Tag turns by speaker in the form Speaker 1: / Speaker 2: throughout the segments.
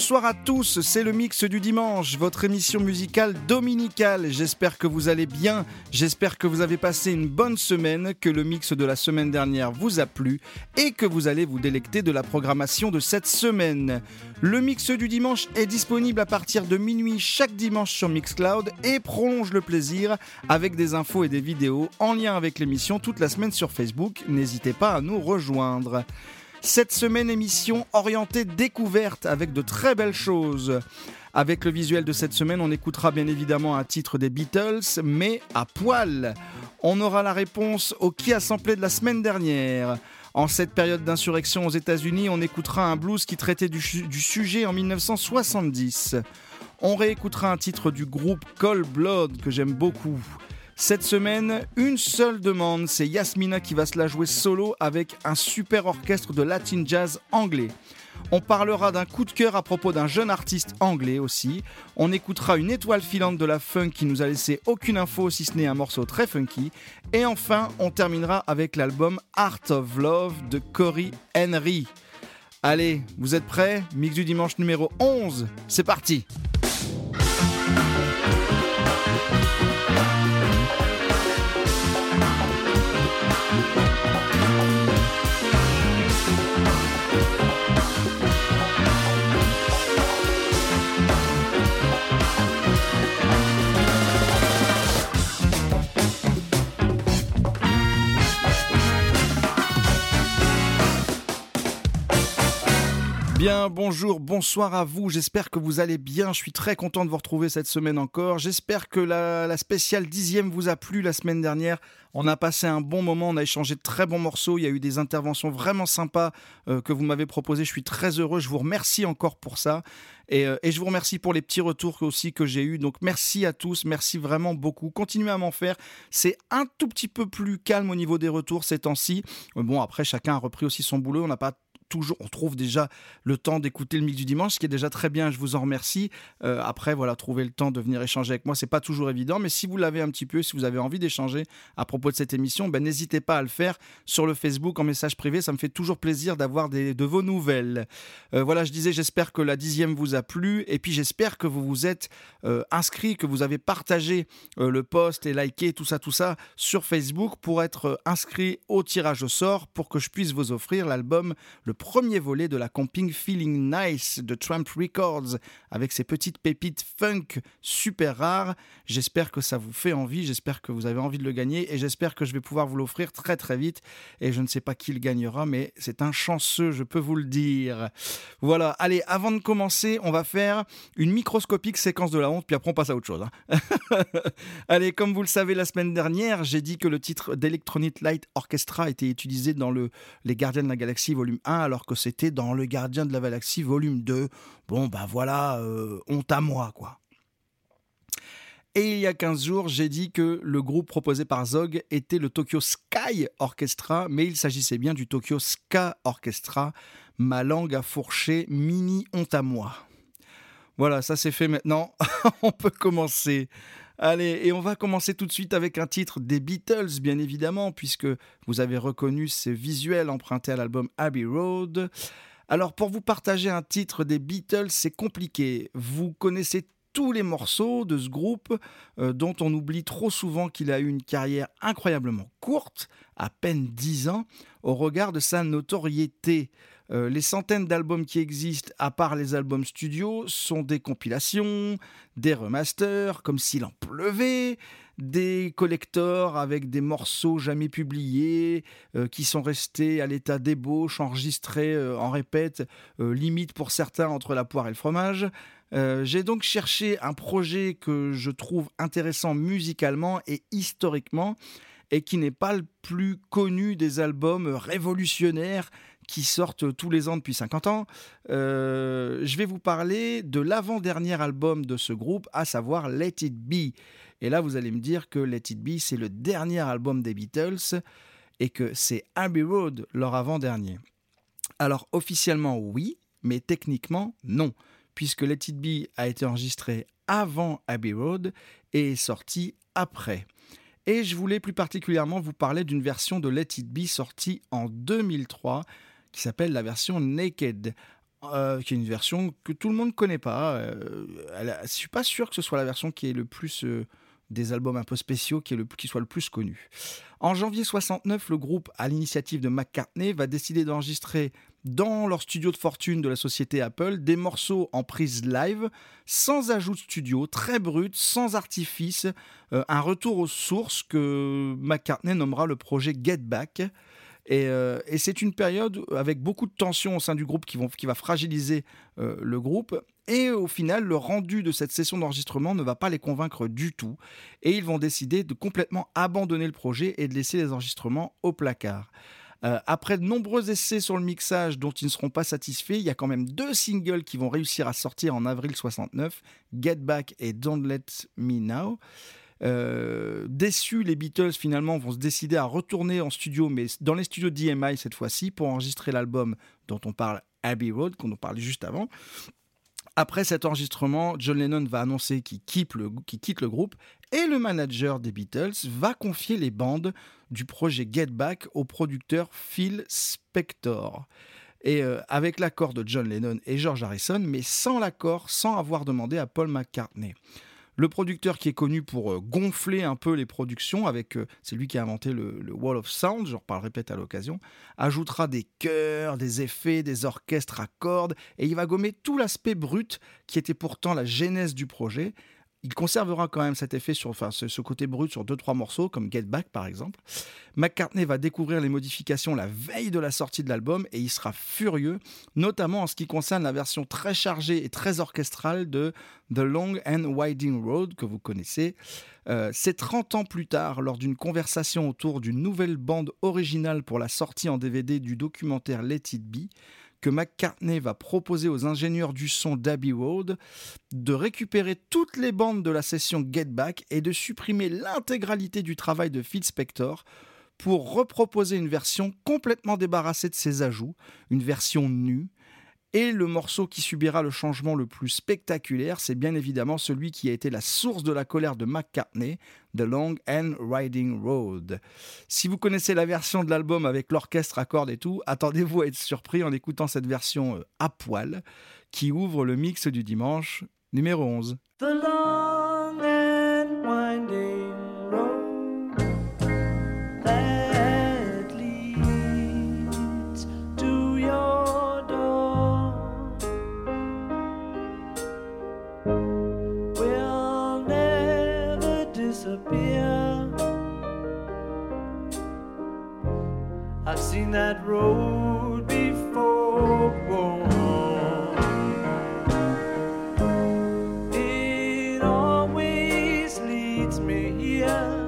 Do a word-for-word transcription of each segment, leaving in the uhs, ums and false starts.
Speaker 1: Bonsoir à tous, c'est le mix du dimanche, votre émission musicale dominicale. J'espère que vous allez bien, j'espère que vous avez passé une bonne semaine, que le mix de la semaine dernière vous a plu et que vous allez vous délecter de la programmation de cette semaine. Le mix du dimanche est disponible à partir de minuit chaque dimanche sur Mixcloud et prolonge le plaisir avec des infos et des vidéos en lien avec l'émission toute la semaine sur Facebook. N'hésitez pas à nous rejoindre. Cette semaine, émission orientée découverte avec de très belles choses. Avec le visuel de cette semaine, on écoutera bien évidemment un titre des Beatles, mais à poil. On aura la réponse au qui a samplé de la semaine dernière. En cette période d'insurrection aux États-Unis, on écoutera un blues qui traitait du, du sujet en dix-neuf cent soixante-dix. On réécoutera un titre du groupe Cold Blood que j'aime beaucoup. Cette semaine, une seule demande, c'est Yasmina qui va se la jouer solo avec un super orchestre de latin jazz anglais. On parlera d'un coup de cœur à propos d'un jeune artiste anglais aussi. On écoutera une étoile filante de la funk qui nous a laissé aucune info si ce n'est un morceau très funky. Et enfin, on terminera avec l'album Art of Love de Cory Henry. Allez, vous êtes prêts ? Mix du dimanche numéro onze, c'est parti ! Bien, bonjour, bonsoir à vous, j'espère que vous allez bien, je suis très content de vous retrouver cette semaine encore, j'espère que la, la spéciale dixième vous a plu la semaine dernière, on a passé un bon moment, on a échangé de très bons morceaux, il y a eu des interventions vraiment sympas euh, que vous m'avez proposées, je suis très heureux, je vous remercie encore pour ça, et, euh, et je vous remercie pour les petits retours aussi que j'ai eus, donc merci à tous, merci vraiment beaucoup, continuez à m'en faire, c'est un tout petit peu plus calme au niveau des retours ces temps-ci, bon après chacun a repris aussi son boulot, on n'a pas toujours, on trouve déjà le temps d'écouter le mix du dimanche, ce qui est déjà très bien, je vous en remercie. Euh, après, voilà, trouver le temps de venir échanger avec moi, c'est pas toujours évident, mais si vous l'avez un petit peu, si vous avez envie d'échanger à propos de cette émission, ben, n'hésitez pas à le faire sur le Facebook en message privé, ça me fait toujours plaisir d'avoir des, de vos nouvelles. Euh, voilà, je disais, j'espère que la dixième vous a plu, et puis j'espère que vous vous êtes euh, inscrits, que vous avez partagé euh, le post et liké tout ça, tout ça sur Facebook pour être euh, inscrit au tirage au sort pour que je puisse vous offrir l'album, le premier volet de la comping Feeling Nice de Tramp Records avec ses petites pépites funk super rares. J'espère que ça vous fait envie, j'espère que vous avez envie de le gagner et j'espère que je vais pouvoir vous l'offrir très très vite et je ne sais pas qui le gagnera mais c'est un chanceux, je peux vous le dire. Voilà, allez, avant de commencer, on va faire une microscopique séquence de la honte puis après on passe à autre chose. Hein. Allez, comme vous le savez, la semaine dernière, j'ai dit que le titre d'Electronic Light Orchestra était utilisé dans le Les Gardiens de la Galaxie volume un alors que c'était dans Le Gardien de la Galaxie volume deux. Bon, bah voilà, euh, honte à moi, quoi. Et il y a quinze jours, j'ai dit que le groupe proposé par Zog était le Tokyo Sky Orchestra, mais il s'agissait bien du Tokyo Ska Orchestra. Ma langue a fourché, mini honte à moi. Voilà, ça c'est fait maintenant. On peut commencer. Allez, et on va commencer tout de suite avec un titre des Beatles, bien évidemment, puisque vous avez reconnu ces visuels empruntés à l'album Abbey Road. Alors, pour vous partager un titre des Beatles, c'est compliqué. Vous connaissez tous les morceaux de ce groupe, euh, dont on oublie trop souvent qu'il a eu une carrière incroyablement courte, à peine dix ans, au regard de sa notoriété. Euh, les centaines d'albums qui existent, à part les albums studio, sont des compilations, des remasters, comme s'il en pleuvait, des collectors avec des morceaux jamais publiés, euh, qui sont restés à l'état d'ébauche, enregistrés euh, en répète, euh, limite pour certains entre la poire et le fromage. Euh, j'ai donc cherché un projet que je trouve intéressant musicalement et historiquement, et qui n'est pas le plus connu des albums révolutionnaires qui sortent tous les ans depuis cinquante ans. Euh, je vais vous parler de l'avant-dernier album de ce groupe, à savoir Let It Be. Et là, vous allez me dire que Let It Be, c'est le dernier album des Beatles et que c'est Abbey Road, leur avant-dernier. Alors, officiellement, oui, mais techniquement, non, puisque Let It Be a été enregistré avant Abbey Road et est sorti après. Et je voulais plus particulièrement vous parler d'une version de Let It Be sortie en deux mille trois, qui s'appelle la version Naked. euh, qui est une version que tout le monde ne connaît pas. Euh, elle a- je suis pas sûr que ce soit la version qui est le plus euh, des albums un peu spéciaux qui, est le, qui soit le plus connu. En janvier soixante-neuf, le groupe, à l'initiative de McCartney, va décider d'enregistrer dans leur studio de fortune de la société Apple des morceaux en prise live, sans ajout de studio, très brut, sans artifice, euh, un retour aux sources que McCartney nommera le projet Get Back. Et, euh, et c'est une période avec beaucoup de tensions au sein du groupe qui, vont, qui va fragiliser euh, le groupe. Et au final, le rendu de cette session d'enregistrement ne va pas les convaincre du tout. Et ils vont décider de complètement abandonner le projet et de laisser les enregistrements au placard. Euh, après de nombreux essais sur le mixage dont ils ne seront pas satisfaits, il y a quand même deux singles qui vont réussir à sortir en avril soixante-neuf, Get Back et Don't Let Me Now. Euh, déçus, les Beatles finalement vont se décider à retourner en studio, mais dans les studios d'E M I cette fois-ci, pour enregistrer l'album dont on parle, Abbey Road, qu'on en parlait juste avant. Après cet enregistrement, John Lennon va annoncer qu'il quitte, le, qu'il quitte le groupe et le manager des Beatles va confier les bandes du projet Get Back au producteur Phil Spector. Et euh, avec l'accord de John Lennon et George Harrison, mais sans l'accord, sans avoir demandé à Paul McCartney. Le producteur qui est connu pour euh, gonfler un peu les productions, avec, euh, c'est lui qui a inventé le, le Wall of Sound, j'en reparlerai peut-être à l'occasion, ajoutera des chœurs, des effets, des orchestres à cordes, et il va gommer tout l'aspect brut qui était pourtant la genèse du projet. Il conservera quand même cet effet, sur, enfin ce, ce côté brut sur deux trois morceaux, comme Get Back par exemple. McCartney va découvrir les modifications la veille de la sortie de l'album et il sera furieux, notamment en ce qui concerne la version très chargée et très orchestrale de The Long and Winding Road, que vous connaissez. Euh, c'est trente ans plus tard, lors d'une conversation autour d'une nouvelle bande originale pour la sortie en D V D du documentaire Let It Be, que McCartney va proposer aux ingénieurs du son d'Abbey Road de récupérer toutes les bandes de la session Get Back et de supprimer l'intégralité du travail de Phil Spector pour reproposer une version complètement débarrassée de ses ajouts, une version nue. Et le morceau qui subira le changement le plus spectaculaire, c'est bien évidemment celui qui a été la source de la colère de McCartney, The Long and Winding Road. Si vous connaissez la version de l'album avec l'orchestre à cordes et tout, attendez-vous à être surpris en écoutant cette version à poil qui ouvre le mix du dimanche numéro onze.
Speaker 2: The long and winding road that leads to your door will never disappear. I've seen that road before. It always leads me here.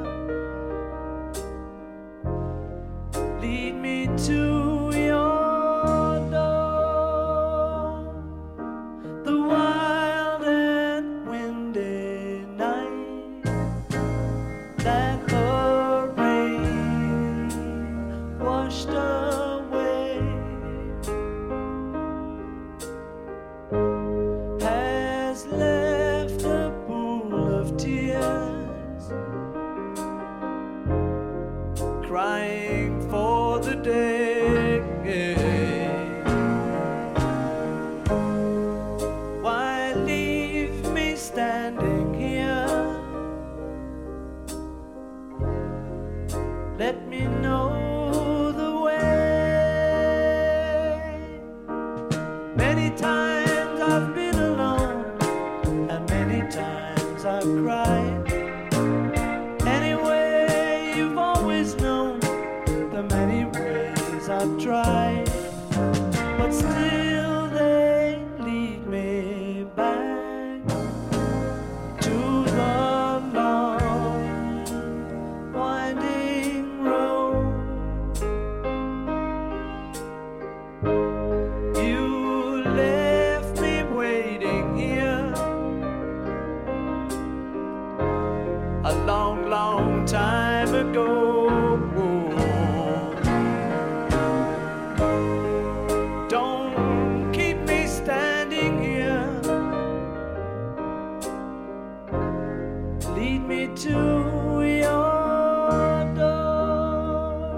Speaker 2: Lead me to your door. The wild and windy night that the rain washed away has left a pool of tears, crying for the day. Why leave me standing here? Let me know the way. Many times I've been alone, and many times I've cried. Anyway, you've always known the many ways I've tried, but still they lead me back to the long winding road. You left me waiting here a long, long time ago. Don't keep me standing here. Lead me to your door.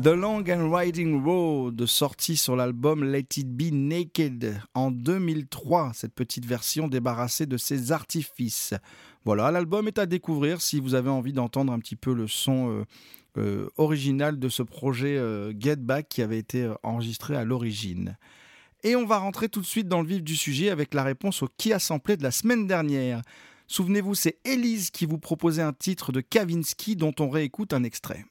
Speaker 1: The Long and Winding Road, sorti sur l'album Let It Be Naked en deux mille trois, cette petite version débarrassée de ses artifices. Voilà, l'album est à découvrir si vous avez envie d'entendre un petit peu le son euh, euh, original de ce projet euh, Get Back qui avait été euh, enregistré à l'origine. Et on va rentrer tout de suite dans le vif du sujet avec la réponse au qui a samplé de la semaine dernière. Souvenez-vous, c'est Élise qui vous proposait un titre de Kavinsky dont on réécoute un extrait.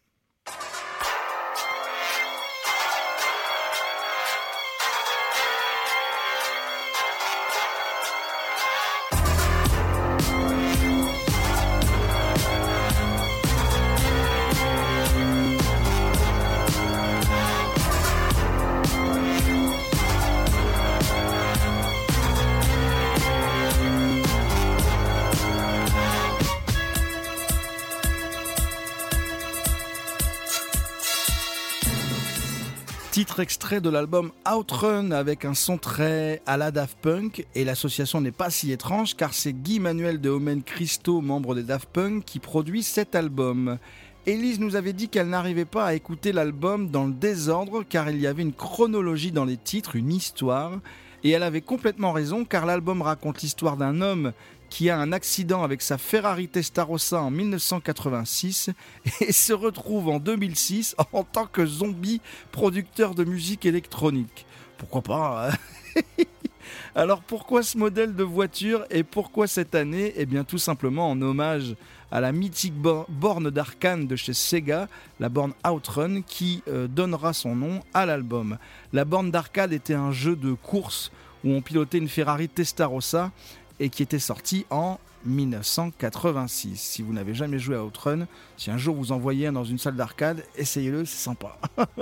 Speaker 1: Titre extrait de l'album Outrun avec un son très à la Daft Punk, et l'association n'est pas si étrange car c'est Guy Manuel de Homem Christo, membre des Daft Punk, qui produit cet album. Élise nous avait dit qu'elle n'arrivait pas à écouter l'album dans le désordre car il y avait une chronologie dans les titres, une histoire, et elle avait complètement raison car l'album raconte l'histoire d'un homme qui a un accident avec sa Ferrari Testarossa en dix-neuf cent quatre-vingt-six et se retrouve en deux mille six en tant que zombie producteur de musique électronique. Pourquoi pas hein. Alors pourquoi ce modèle de voiture et pourquoi cette année ? Eh bien tout simplement en hommage à la mythique borne d'arcade de chez Sega, la borne Outrun, qui euh, donnera son nom à l'album. La borne d'arcade était un jeu de course où on pilotait une Ferrari Testarossa et qui était sorti en dix-neuf cent quatre-vingt-six. Si vous n'avez jamais joué à Outrun, si un jour vous en voyez un dans une salle d'arcade, essayez-le, c'est sympa.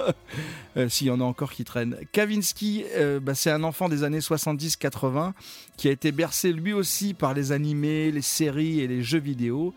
Speaker 1: euh, S'il y en a encore qui traînent. Kavinsky, euh, bah, c'est un enfant des années soixante-dix quatre-vingts qui a été bercé lui aussi par les animés, les séries et les jeux vidéo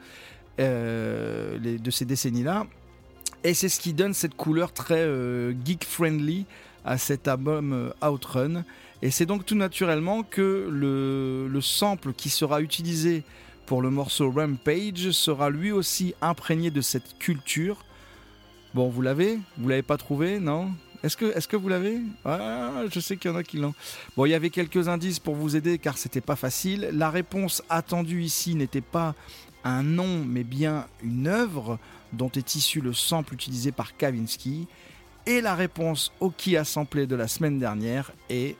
Speaker 1: euh, les, de ces décennies-là. Et c'est ce qui donne cette couleur très euh, geek-friendly à cet album euh, Outrun. Et c'est donc tout naturellement que le, le sample qui sera utilisé pour le morceau Rampage sera lui aussi imprégné de cette culture. Bon, vous l'avez ? Vous l'avez pas trouvé ? Non ? Est-ce que, est-ce que vous l'avez ? Ah, je sais qu'il y en a qui l'ont. Bon, il y avait quelques indices pour vous aider car c'était pas facile. La réponse attendue ici n'était pas un nom, mais bien une œuvre dont est issu le sample utilisé par Kavinsky. Et la réponse au qui a samplé de la semaine dernière est...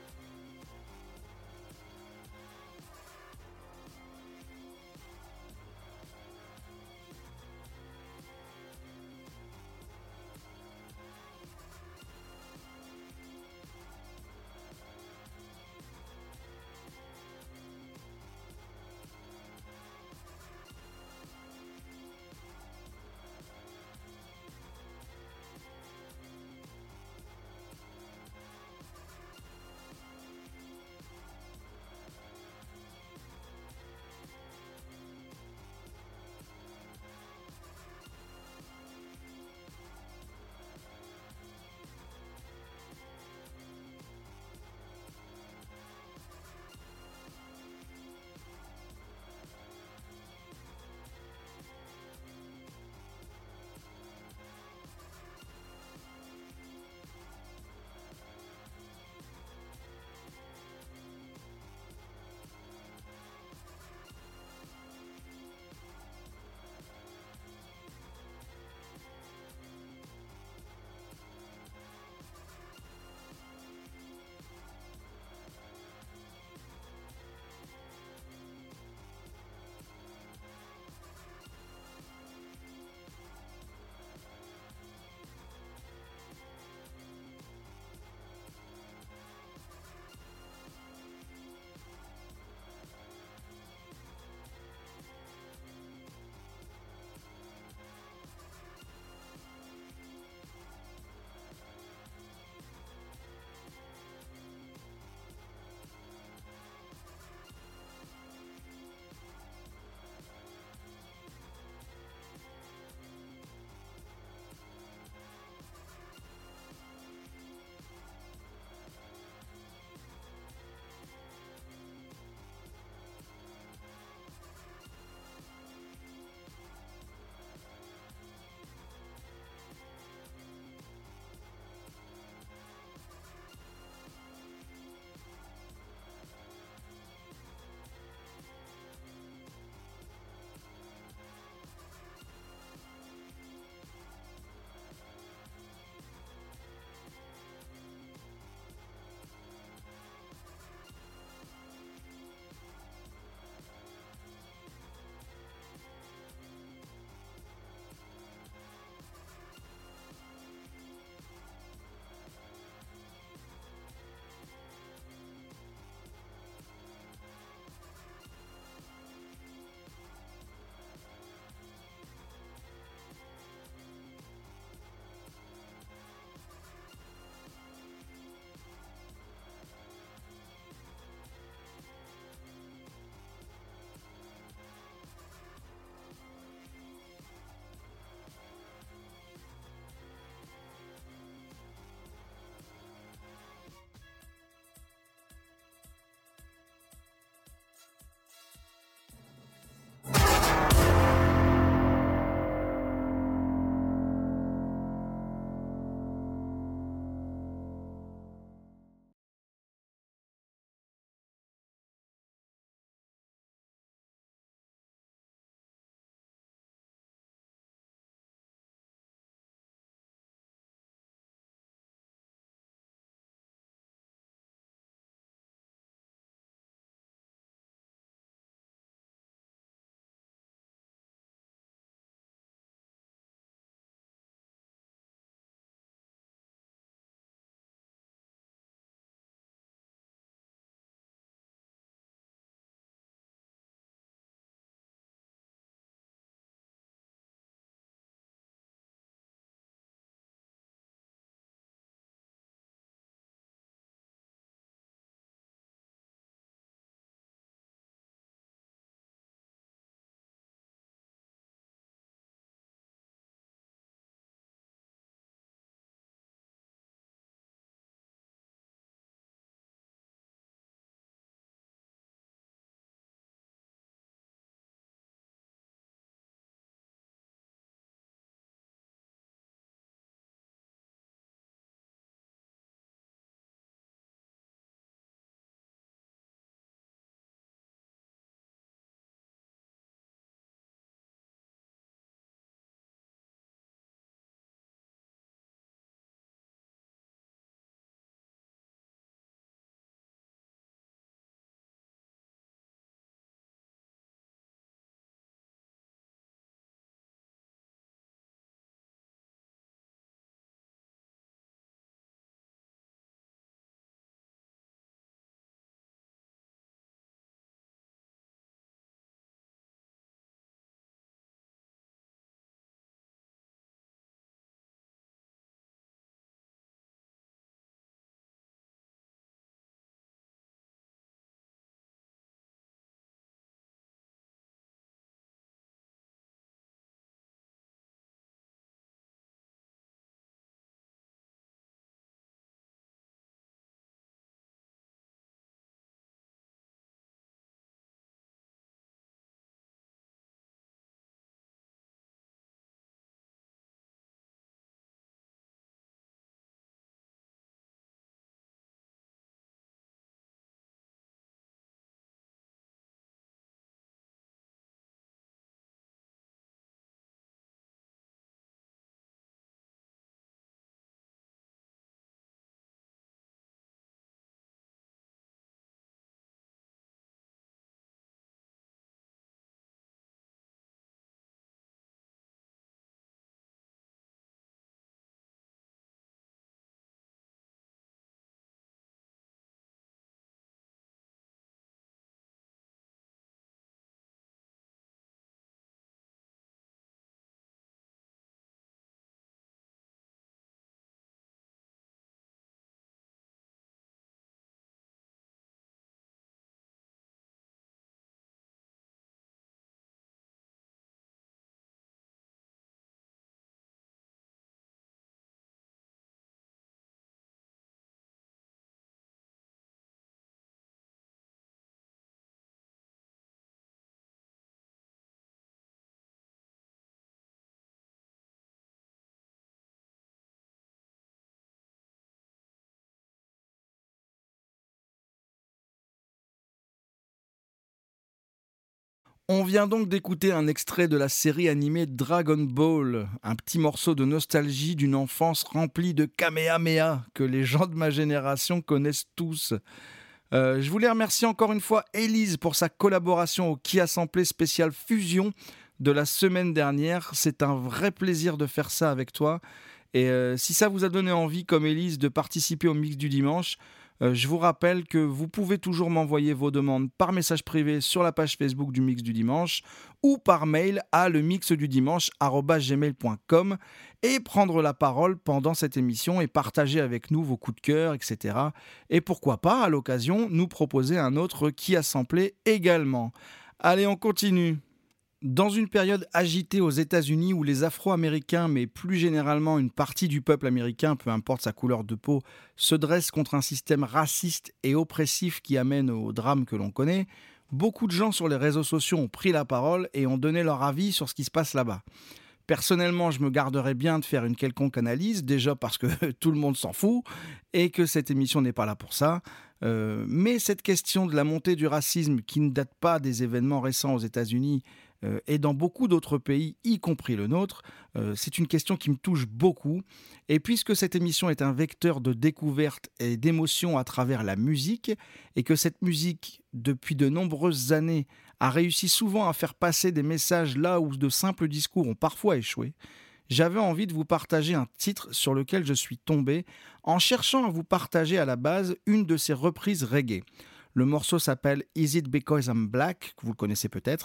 Speaker 1: On vient donc d'écouter un extrait de la série animée Dragon Ball, un petit morceau de nostalgie d'une enfance remplie de Kamehameha que les gens de ma génération connaissent tous. Euh, je voulais remercier encore une fois Élise pour sa collaboration au Qui a samplé spécial Fusion de la semaine dernière. C'est un vrai plaisir de faire ça avec toi. Et euh, si ça vous a donné envie, comme Élise, de participer au mix du dimanche, Euh, je vous rappelle que vous pouvez toujours m'envoyer vos demandes par message privé sur la page Facebook du Mix du Dimanche ou par mail à le mix du dimanche arobase gmail point com et prendre la parole pendant cette émission et partager avec nous vos coups de cœur, et cetera. Et pourquoi pas, à l'occasion, nous proposer un autre qui a samplé également. Allez, on continue. Dans une période agitée aux États-Unis où les Afro-Américains, mais plus généralement une partie du peuple américain, peu importe sa couleur de peau, se dressent contre un système raciste et oppressif qui amène au drame que l'on connaît, beaucoup de gens sur les réseaux sociaux ont pris la parole et ont donné leur avis sur ce qui se passe là-bas. Personnellement, je me garderais bien de faire une quelconque analyse, déjà parce que tout le monde s'en fout et que cette émission n'est pas là pour ça. Euh, mais cette question de la montée du racisme qui ne date pas des événements récents aux États-Unis euh, et dans beaucoup d'autres pays, y compris le nôtre, euh, c'est une question qui me touche beaucoup. Et puisque cette émission est un vecteur de découverte et d'émotion à travers la musique, et que cette musique, depuis de nombreuses années, a réussi souvent à faire passer des messages là où de simples discours ont parfois échoué, j'avais envie de vous partager un titre sur lequel je suis tombé en cherchant à vous partager à la base une de ces reprises reggae. Le morceau s'appelle « Is It Because I'm Black ?» que vous le connaissez peut-être.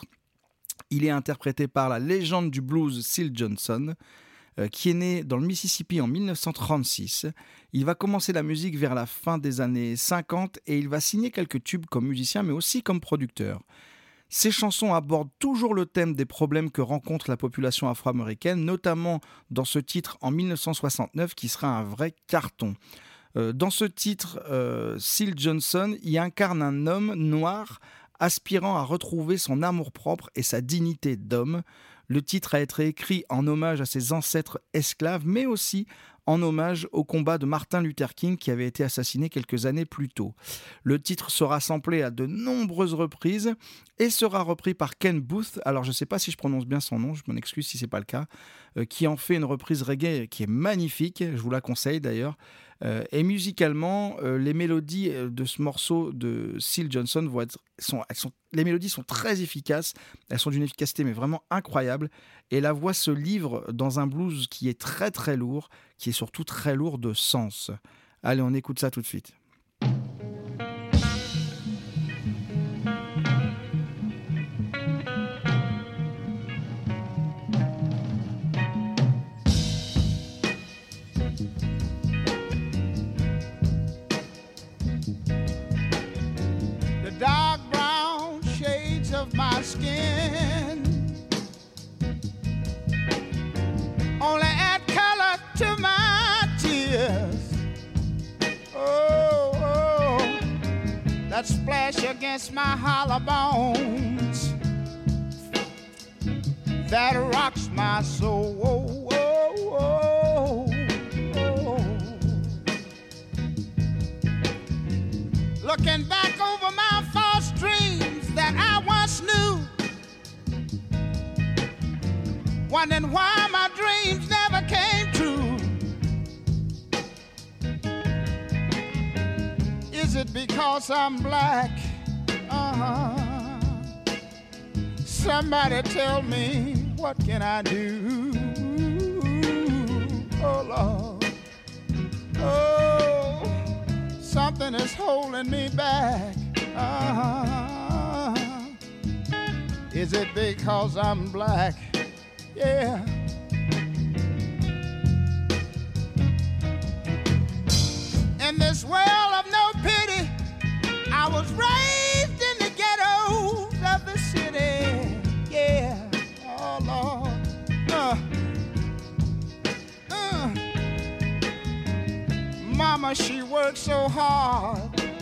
Speaker 1: Il est interprété par la légende du blues Syl Johnson, euh, qui est né dans le Mississippi en dix-neuf cent trente-six. Il va commencer la musique vers la fin des années cinquante et il va signer quelques tubes comme musicien mais aussi comme producteur. Ces chansons abordent toujours le thème des problèmes que rencontre la population afro-américaine, notamment dans ce titre en dix-neuf cent soixante-neuf qui sera un vrai carton. Euh, dans ce titre, euh, Syl Johnson y incarne un homme noir aspirant à retrouver son amour-propre et sa dignité d'homme. Le titre a été écrit en hommage à ses ancêtres esclaves, mais aussi en hommage au combat de Martin Luther King qui avait été assassiné quelques années plus tôt. Le titre sera samplé à de nombreuses reprises et sera repris par Ken Booth, alors je ne sais pas si je prononce bien son nom, je m'en excuse si ce n'est pas le cas, euh, qui en fait une reprise reggae qui est magnifique, je vous la conseille d'ailleurs. Euh, et musicalement, euh, les mélodies de ce morceau de Syl Johnson vont être, sont, elles sont, les mélodies sont très efficaces, elles sont d'une efficacité mais vraiment incroyable, et la voix se livre dans un blues qui est très très lourd, qui est surtout très lourd de sens. Allez, on écoute ça tout de suite.
Speaker 3: Dark brown shades of my skin only add color to my tears. Oh, oh, that splash against my hollow bones that rocks my soul. Oh, oh, oh, oh. Looking back over my false dreams that I once knew, wondering why my dreams never came true. Is it because I'm black? Uh-huh. Somebody tell me, what can I do? Oh, Lord. Oh, something is holding me back. Uh-huh. Is it because I'm black? Yeah. In this world of no pity, I was raised in the ghettos of the city. Yeah. Oh, Lord. Uh. Uh. Mama, she worked so hard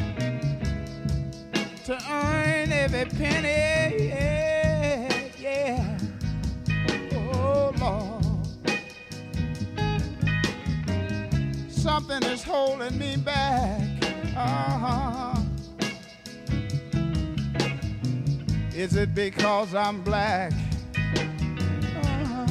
Speaker 3: to earn every penny, yeah, yeah. Oh, Lord. Something is holding me back. Uh-huh. Is it because I'm black? Uh-huh.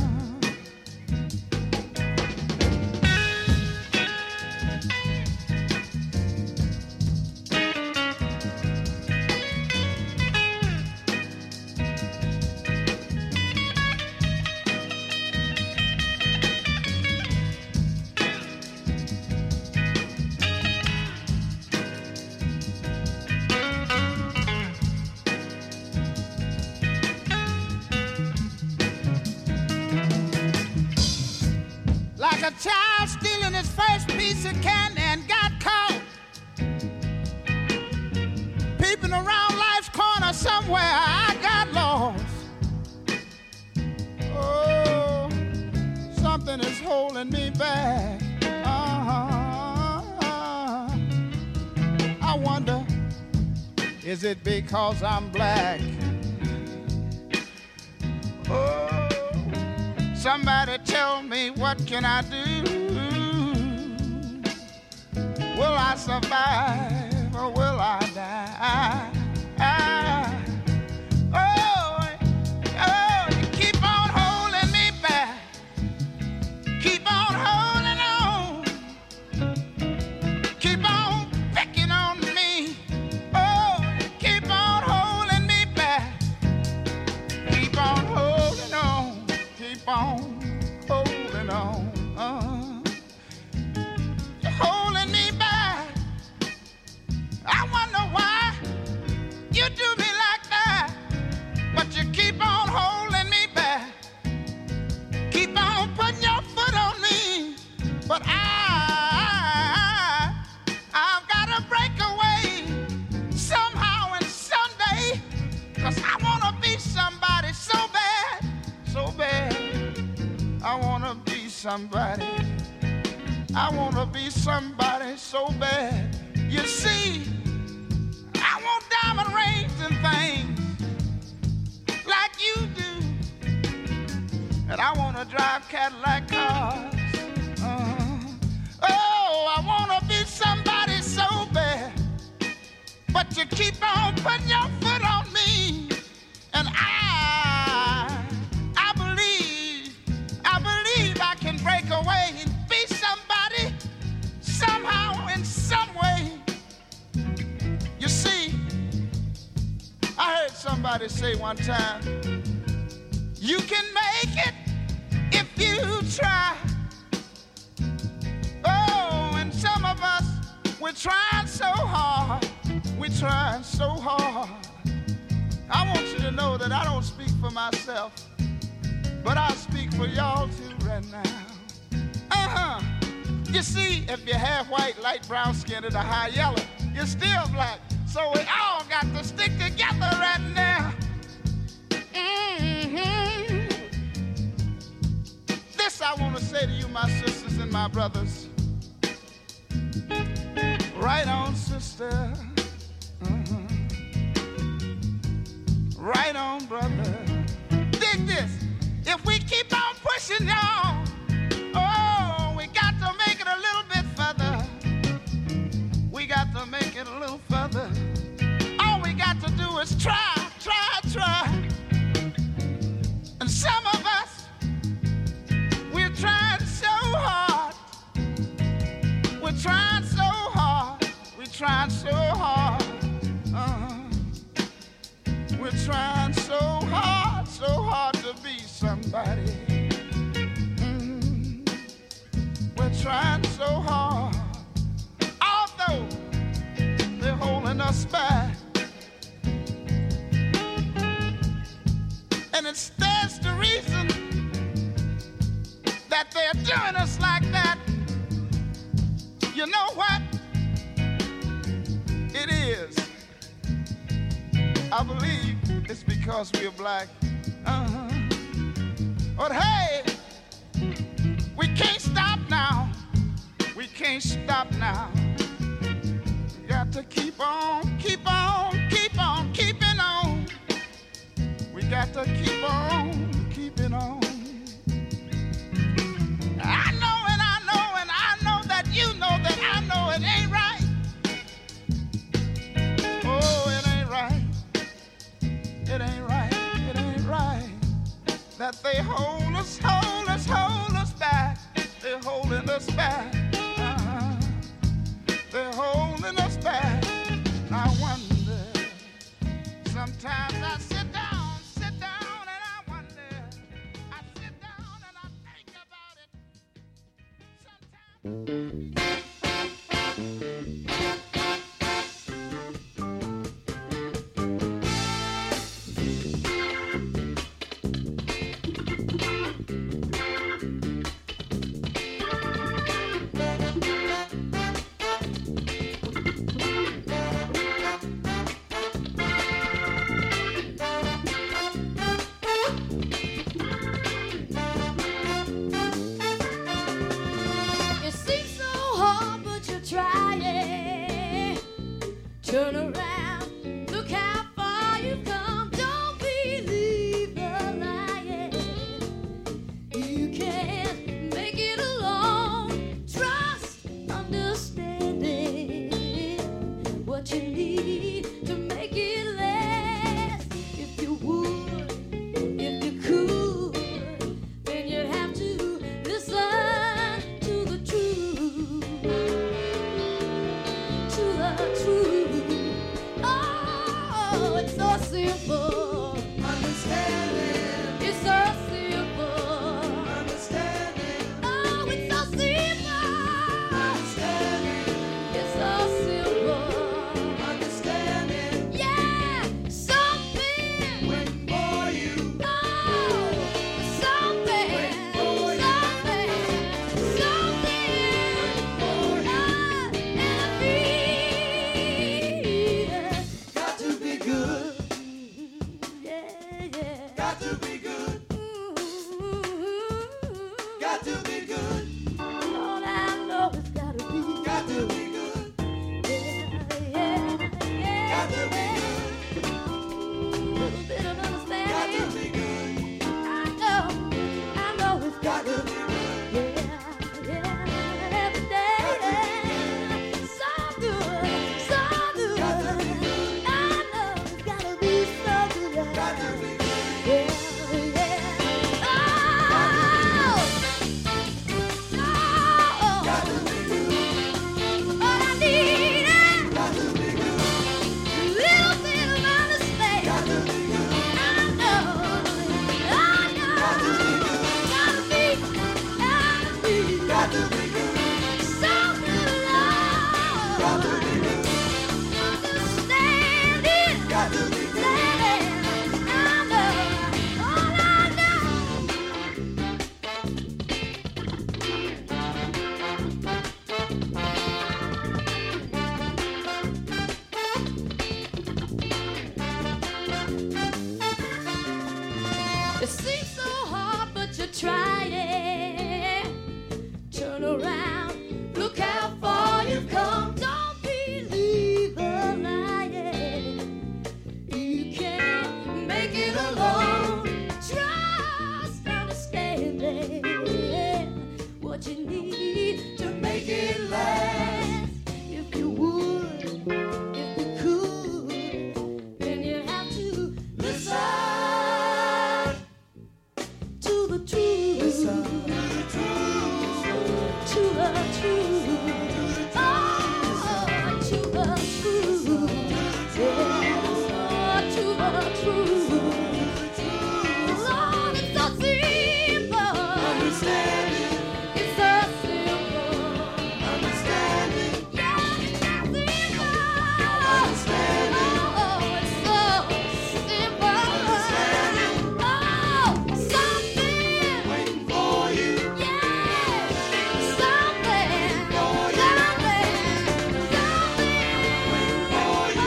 Speaker 3: A child stealing his first piece of candy and got caught peeping around life's corner somewhere. I got lost. Oh, something is holding me back. Uh-huh. I wonder, is it because I'm black? Oh, somebody tell me, what can I do? Will I survive or will I die? Oh, oh, you keep on holding me back. Keep on holding on. Keep on picking on me. Oh, keep on holding me back. Keep on holding on. Keep on holding on, uh, you're holding me back. I wonder why you do me like that, but you keep on holding me back. Keep on putting your foot on me, but I, I've got to break away somehow and someday, 'cause I want to be somebody so bad, so bad. I wanna be somebody. I wanna be somebody so bad. You see, I want diamond rings and things like you do, and I wanna drive Cadillac cars. Uh-huh. Oh, I wanna be somebody so bad, but you keep on putting your foot on me, and I. I can break away and be somebody somehow in some way. You see, I heard somebody say one time, you can make it if you try. Oh, and some of us, we're trying so hard. We're trying so hard. I want you to know that I don't speak for myself, but I speak for y'all too right now. Uh-huh. You see, if you're half white, light brown skinned, or high yellow, you're still black. So we all got to stick together right now. Mm-hmm. This I want to say to you, my sisters and my brothers. Right on, sister. Mm-hmm. Right on, brother. Dig this. If we keep on pushing y'all, oh, we got to make it a little bit further. We got to make it a little further. All we got to do is try, try, try. And some of us, we're trying so hard. We're trying so hard. We're trying so hard. Uh-huh. We're trying so hard, so hard to be somebody. Mm-hmm. We're trying so hard, although they're holding us back. And it stands to reason that they're doing us like that. You know what? It is. I believe it's because we're black. Uh-huh. But hey, we can't stop now. We can't stop now. We got to keep on, keep on, keep on, keeping on. We got to keep on, keeping on. I know and I know and I know that you know that I know it ain't right. Oh, it ain't right. It ain't they hold us, hold us, hold us back. They're holding us back. Uh-huh. They're holding us back. I wonder, sometimes I sit down, sit down and I wonder. I sit down and I think about it. Sometimes.
Speaker 4: Turn around, look how far you've come. Don't believe the lying. You can't make it alone. Trust, understanding what you need to make it last. If you would, if you could, then you'd have to listen to the truth, to the truth. Oh, it's so simple. Understanding. It's so simple. Understanding. Oh, it's so simple. Understanding. It's so simple. Understanding. Yeah, something. Waiting for you. Oh, something. Waiting for you. Something. Something. Waiting for you. Ah, and I feel. Got to be good. Yeah, yeah. Got to be good. Got to be good. Lord, I know it's gotta be. Got to be good. Yeah, yeah, yeah. Got to be good. A little bit of understanding. Got to be good. I know, I know it's gotta be good. Yeah, yeah. Every day. So good, so good. I know it's gotta be so good. Got to be good. Yeah, yeah. Oh, oh. Got to be good. All I need is got to be good. A little bit of understanding. Got to be good. I know, I know. Got to be good. Gotta be, gotta be. Got to be good. So good, Lord. Got to be good. Understanding. Got to be good. I know, all I know. It seems so hard, but you're trying. Turn around, look how far you've come. Don't believe the lying. You can't make it alone. Trust, understanding what you need to make it last. If you would, if you could, then you have to listen to the truth. Listen to the truth. To the truth. Oh, to the truth. Yeah, to the truth. Lord, it's so simple. Understanding. It's so simple. Understanding. Yeah, it's so simple. Understanding. Oh, it's so simple. Understanding. Oh, something. Waiting for you. Yeah, something. Waiting for you. Something. Something. Waiting for you.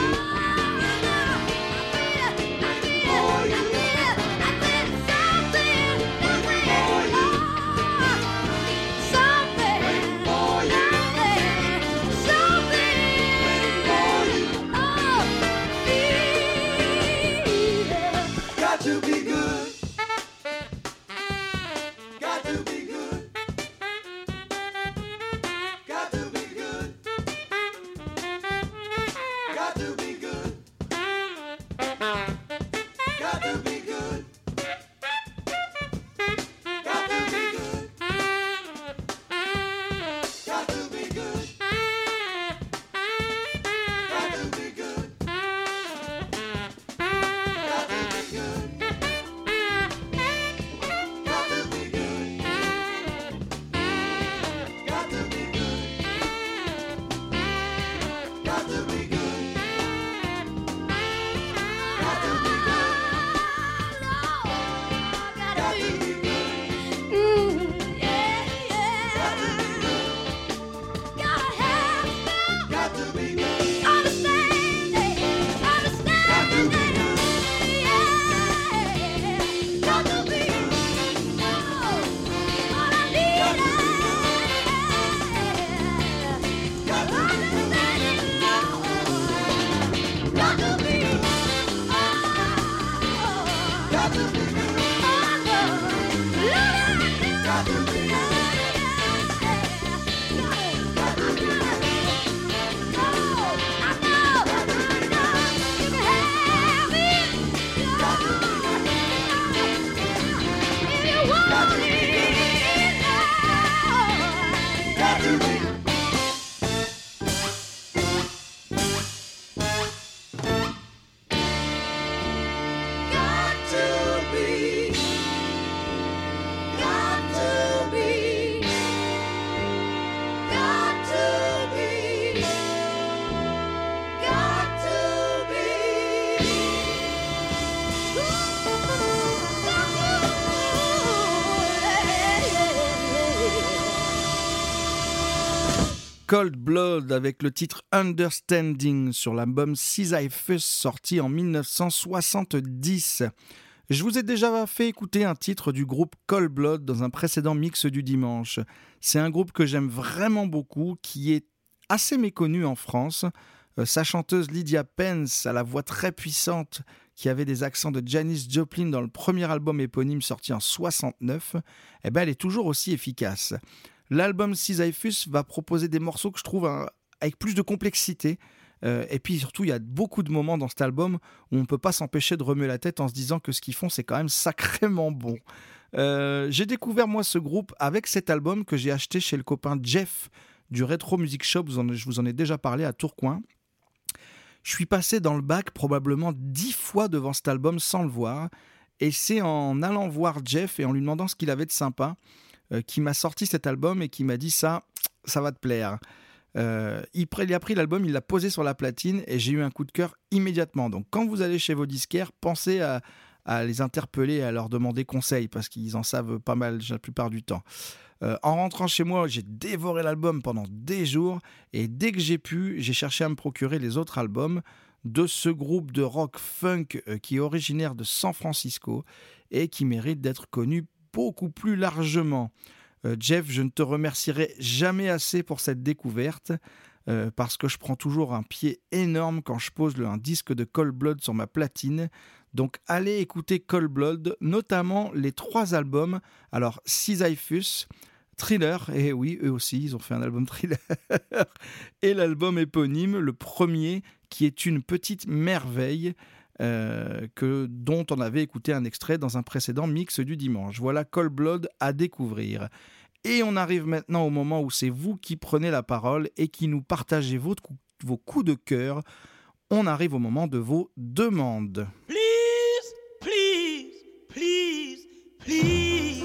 Speaker 4: Oh, I feel it. I feel it. I feel it. I feel it. Something. Waiting for you. Something. Waiting for you. Something. Waiting for you. Oh, feel it. Got to be good. Got to be good. Got to be good. Got to be good. Got to be good.
Speaker 1: Cold Blood avec le titre Understanding sur l'album Sisyphus sorti en dix-neuf cent soixante-dix. Je vous ai déjà fait écouter un titre du groupe Cold Blood dans un précédent mix du dimanche. C'est un groupe que j'aime vraiment beaucoup, qui est assez méconnu en France. Euh, sa chanteuse Lydia Pence a la voix très puissante, qui avait des accents de Janis Joplin dans le premier album éponyme sorti en soixante-neuf, eh ben elle est toujours aussi efficace. L'album Sisyphus va proposer des morceaux que je trouve hein, avec plus de complexité. Euh, et puis surtout, il y a beaucoup de moments dans cet album où on ne peut pas s'empêcher de remuer la tête en se disant que ce qu'ils font, c'est quand même sacrément bon. Euh, j'ai découvert moi ce groupe avec cet album que j'ai acheté chez le copain Jeff du Retro Music Shop, je vous en ai déjà parlé à Tourcoing. Je suis passé dans le bac probablement dix fois devant cet album sans le voir. Et c'est en allant voir Jeff et en lui demandant ce qu'il avait de sympa euh, qui m'a sorti cet album et qui m'a dit ça, ça va te plaire. Euh, il, il a pris l'album, il l'a posé sur la platine et j'ai eu un coup de cœur immédiatement. Donc quand vous allez chez vos disquaires, pensez à, à les interpeller et à leur demander conseil parce qu'ils en savent pas mal la plupart du temps. Euh, en rentrant chez moi, j'ai dévoré l'album pendant des jours et dès que j'ai pu, j'ai cherché à me procurer les autres albums de ce groupe de rock funk euh, qui est originaire de San Francisco et qui mérite d'être connu beaucoup plus largement. Euh, Jeff, je ne te remercierai jamais assez pour cette découverte euh, parce que je prends toujours un pied énorme quand je pose le, un disque de Cold Blood sur ma platine. Donc allez écouter Cold Blood, notamment les trois albums. Alors Sisyphus, Thriller, et oui, eux aussi, ils ont fait un album Thriller, et l'album éponyme, le premier, qui est une petite merveille, euh, que, dont on avait écouté un extrait dans un précédent mix du dimanche. Voilà Cold Blood à découvrir. Et on arrive maintenant au moment où c'est vous qui prenez la parole et qui nous partagez vos, vos coups de cœur. On arrive au moment de vos demandes.
Speaker 2: Please, please, please, please.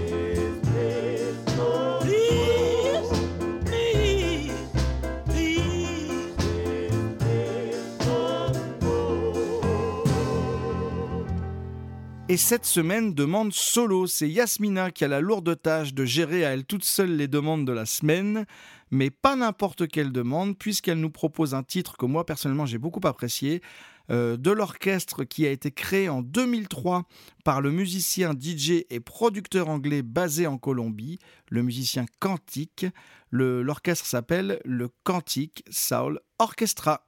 Speaker 1: Et cette semaine, demande solo. C'est Yasmina qui a la lourde tâche de gérer à elle toute seule les demandes de la semaine, mais pas n'importe quelle demande, puisqu'elle nous propose un titre que moi, personnellement, j'ai beaucoup apprécié, euh, de l'orchestre qui a été créé en deux mille trois par le musicien D J et producteur anglais basé en Colombie, le musicien Quantic. Le, l'orchestre s'appelle le Quantic Soul Orchestra.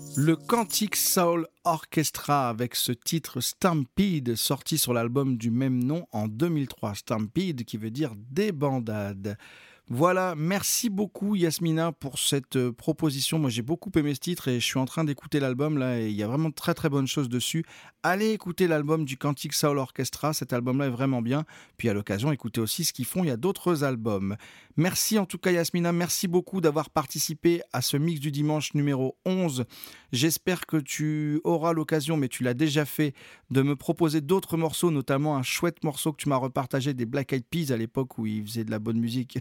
Speaker 1: Le Cantic Soul Orchestra avec ce titre Stampede sorti sur l'album du même nom en deux mille trois. Stampede qui veut dire débandade. Voilà, merci beaucoup Yasmina pour cette euh, proposition. Moi j'ai beaucoup aimé ce titre et je suis en train d'écouter l'album là et il y a vraiment de très très bonnes choses dessus. Allez écouter l'album du Cantic Soul Orchestra, cet album là est vraiment bien. Puis à l'occasion écoutez aussi ce qu'ils font, il y a d'autres albums. Merci en tout cas Yasmina, merci beaucoup d'avoir participé à ce mix du dimanche numéro onze. J'espère que tu auras l'occasion, mais tu l'as déjà fait, de me proposer d'autres morceaux, notamment un chouette morceau que tu m'as repartagé des Black Eyed Peas à l'époque où ils faisaient de la bonne musique.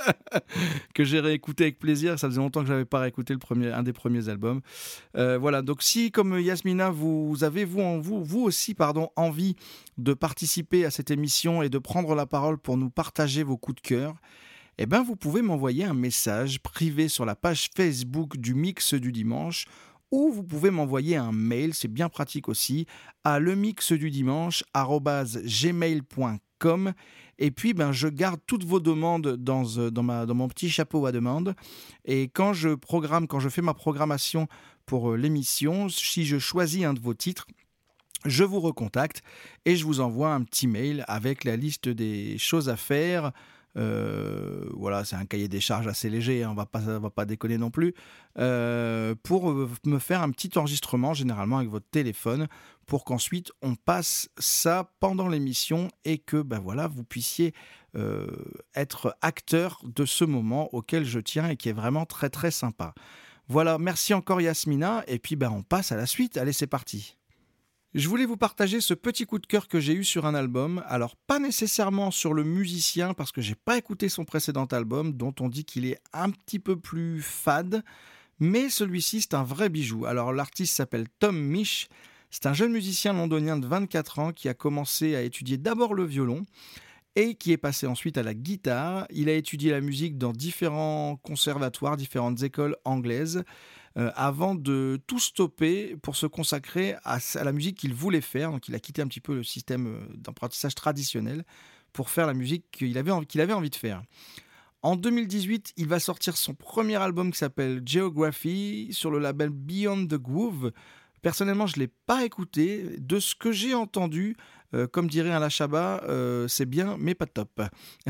Speaker 1: que j'ai réécouté avec plaisir, ça faisait longtemps que j'avais pas réécouté le premier, un des premiers albums. Euh, voilà, donc si comme Yasmina, vous avez vous, en, vous, vous aussi pardon, envie de participer à cette émission et de prendre la parole pour nous partager vos coups de cœur, eh ben vous pouvez m'envoyer un message privé sur la page Facebook du Mix du Dimanche ou vous pouvez m'envoyer un mail, c'est bien pratique aussi, à lemixdudimanche arobase gmail point com. Et puis, ben, je garde toutes vos demandes dans, dans, ma, dans mon petit chapeau à demande. Et quand je programme, quand je fais ma programmation pour l'émission, si je choisis un de vos titres, je vous recontacte et je vous envoie un petit mail avec la liste des choses à faire. Euh, voilà, c'est un cahier des charges assez léger, hein, on va pas, on va pas déconner non plus, euh, pour me faire un petit enregistrement, généralement avec votre téléphone, pour qu'ensuite on passe ça pendant l'émission et que ben voilà, vous puissiez euh, être acteur de ce moment auquel je tiens et qui est vraiment très très sympa. Voilà, merci encore Yasmina, et puis ben on passe à la suite, allez c'est parti. Je voulais vous partager ce petit coup de cœur que j'ai eu sur un album, alors pas nécessairement sur le musicien parce que j'ai pas écouté son précédent album dont on dit qu'il est un petit peu plus fade, mais celui-ci c'est un vrai bijou. Alors l'artiste s'appelle Tom Misch, c'est un jeune musicien londonien de vingt-quatre ans qui a commencé à étudier d'abord le violon et qui est passé ensuite à la guitare. Il a étudié la musique dans différents conservatoires, différentes écoles anglaises, Euh, avant de tout stopper pour se consacrer à, à la musique qu'il voulait faire. Donc il a quitté un petit peu le système d'apprentissage traditionnel pour faire la musique qu'il avait, qu'il avait envie de faire. En deux mille dix-huit, il va sortir son premier album qui s'appelle Geography sur le label Beyond the Groove. Personnellement, je ne l'ai pas écouté. De ce que j'ai entendu, euh, comme dirait Alain Chabat, euh, c'est bien, mais pas top.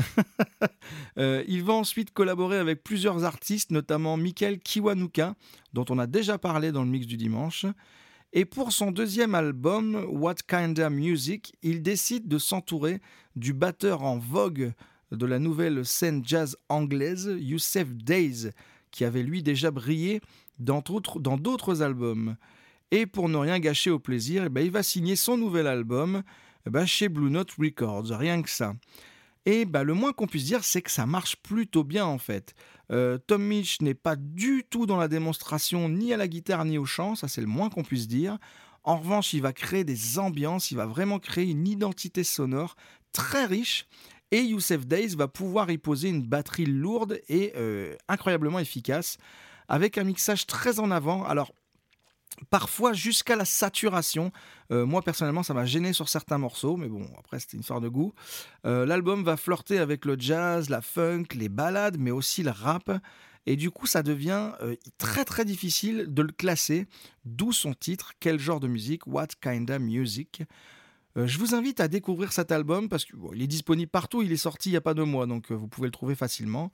Speaker 1: euh, il va ensuite collaborer avec plusieurs artistes, notamment Michael Kiwanuka, dont on a déjà parlé dans le mix du dimanche. Et pour son deuxième album, What Kinda Music, il décide de s'entourer du batteur en vogue de la nouvelle scène jazz anglaise, Youssef Days, qui avait lui déjà brillé dans d'autres, dans d'autres albums. Et pour ne rien gâcher au plaisir, eh ben, il va signer son nouvel album eh ben, chez Blue Note Records, rien que ça. Et ben, le moins qu'on puisse dire, c'est que ça marche plutôt bien en fait. Euh, Tom Misch n'est pas du tout dans la démonstration, ni à la guitare ni au chant, ça c'est le moins qu'on puisse dire. En revanche, il va créer des ambiances, il va vraiment créer une identité sonore très riche. Et Youssef Days va pouvoir y poser une batterie lourde et euh, incroyablement efficace, avec un mixage très en avant. Alors, parfois jusqu'à la saturation. Euh, moi personnellement ça m'a gêné sur certains morceaux, mais bon après c'était une histoire de goût. Euh, l'album va flirter avec le jazz, la funk, les ballades, mais aussi le rap, et du coup ça devient euh, très très difficile de le classer, d'où son titre, quel genre de musique, What Kinda Music. Euh, je vous invite à découvrir cet album parce qu'il bon, est disponible partout, il est sorti il n'y a pas deux mois, donc euh, vous pouvez le trouver facilement.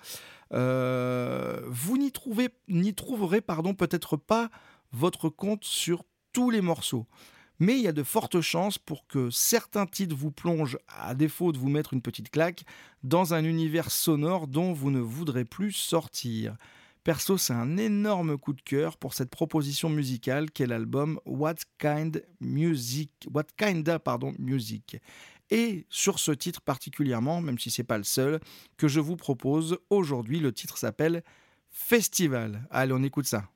Speaker 1: Euh, vous n'y, trouvez, n'y trouverez pardon, peut-être pas votre compte sur tous les morceaux. Mais il y a de fortes chances pour que certains titres vous plongent, à défaut de vous mettre une petite claque, dans un univers sonore dont vous ne voudrez plus sortir. Perso, c'est un énorme coup de cœur pour cette proposition musicale qu'est l'album What Kind Music, What Kinda pardon, Music. Et sur ce titre particulièrement, même si c'est pas le seul, que je vous propose aujourd'hui, le titre s'appelle Festival. Allez, on écoute ça.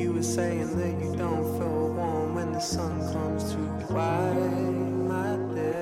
Speaker 5: Saying that you don't feel warm when the sun comes to light my day.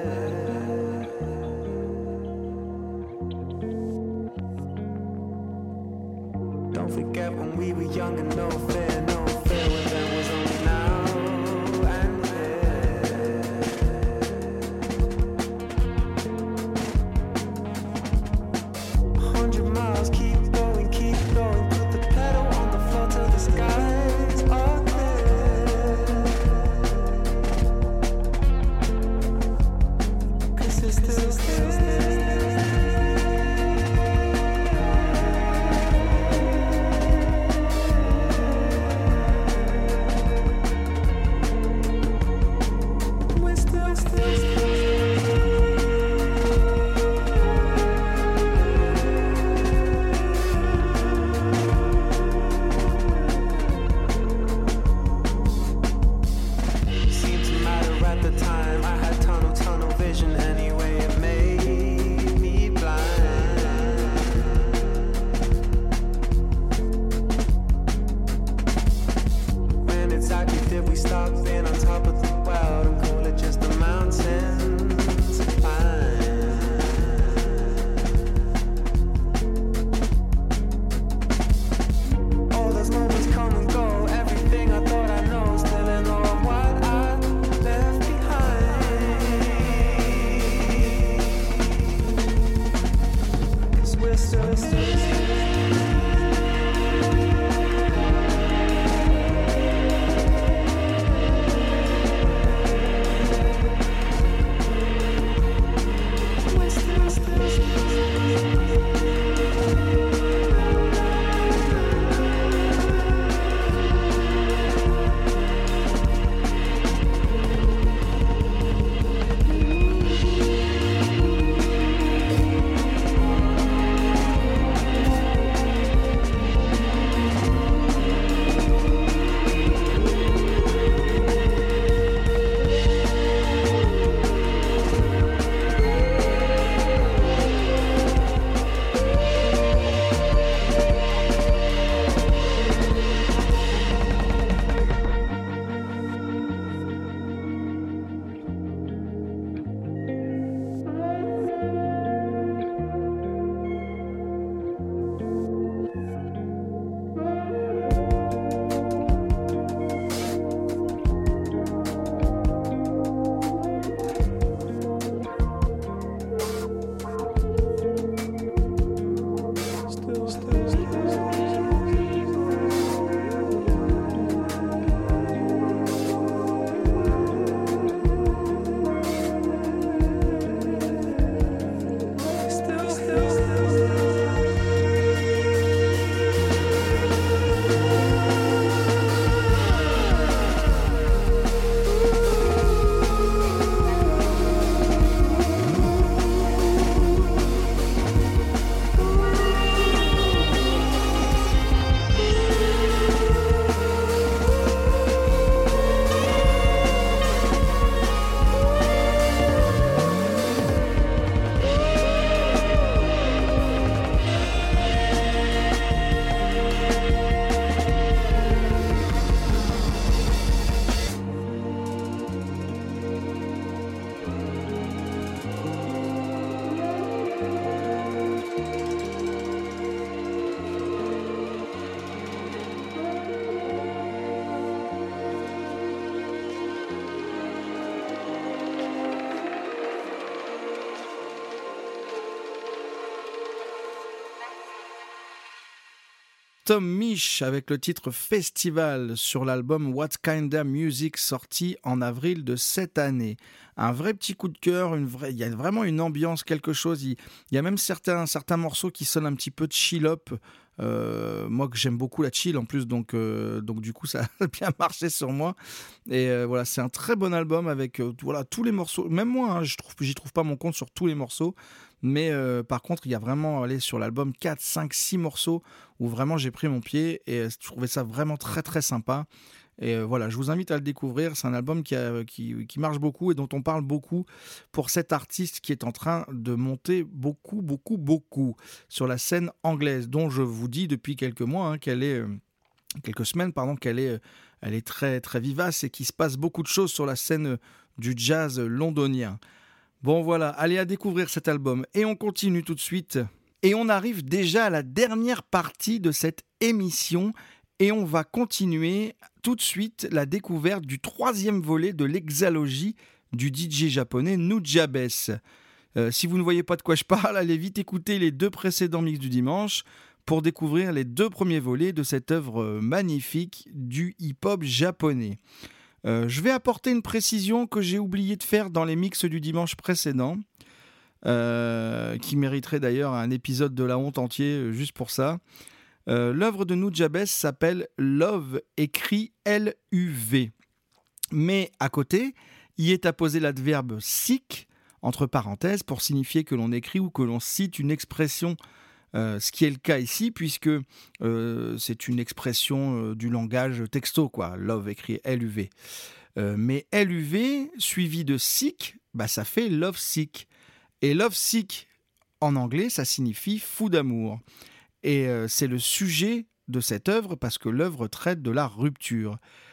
Speaker 5: stop being on top of the world and call it just a mountain to climb. All those moments come and go. Everything I thought I know, still in awe of what I left behind. 'Cause we're still, still, still.
Speaker 1: Tom Misch avec le titre Festival sur l'album What Kinda Music sorti en avril de cette année. Un vrai petit coup de cœur, une vraie, il y a vraiment une ambiance, quelque chose. Il, il y a même certains, certains morceaux qui sonnent un petit peu chill-up. Euh, moi que j'aime beaucoup la chill en plus, donc, euh, donc du coup ça a bien marché sur moi. Et euh, voilà, c'est un très bon album avec euh, voilà, tous les morceaux. Même moi, hein, je trouve, j'y trouve pas mon compte sur tous les morceaux. Mais euh, par contre, il y a vraiment, allez, sur l'album quatre, cinq, six morceaux où vraiment j'ai pris mon pied et euh, je trouvais ça vraiment très très sympa. Et euh, voilà, je vous invite à le découvrir. C'est un album qui, a, qui, qui marche beaucoup et dont on parle beaucoup pour cet artiste qui est en train de monter beaucoup, beaucoup, beaucoup sur la scène anglaise, dont je vous dis depuis quelques mois hein, qu'elle est, euh, quelques semaines, pardon, qu'elle est, euh, elle est très très vivace et qu'il se passe beaucoup de choses sur la scène euh, du jazz londonien. Bon voilà, allez à découvrir cet album et on continue tout de suite. Et on arrive déjà à la dernière partie de cette émission et on va continuer tout de suite la découverte du troisième volet de l'exalogie du D J japonais Nujabes. Euh, si vous ne voyez pas de quoi je parle, allez vite écouter les deux précédents mix du dimanche pour découvrir les deux premiers volets de cette œuvre magnifique du hip-hop japonais. Euh, je vais apporter une précision que j'ai oublié de faire dans les mix du dimanche précédent, euh, qui mériterait d'ailleurs un épisode de la honte entier juste pour ça. Euh, l'œuvre de Nujabes s'appelle Love, écrit L U V. Mais à côté, y est apposé l'adverbe sick, entre parenthèses, pour signifier que l'on écrit ou que l'on cite une expression. Euh, ce qui est le cas ici, puisque euh, c'est une expression euh, du langage texto, quoi. Love écrit L U V. Euh, mais L U V suivi de sick, bah, ça fait love sick. Et love sick, en anglais, ça signifie fou d'amour. Et euh, c'est le sujet de cette œuvre, parce que l'œuvre traite de la rupture.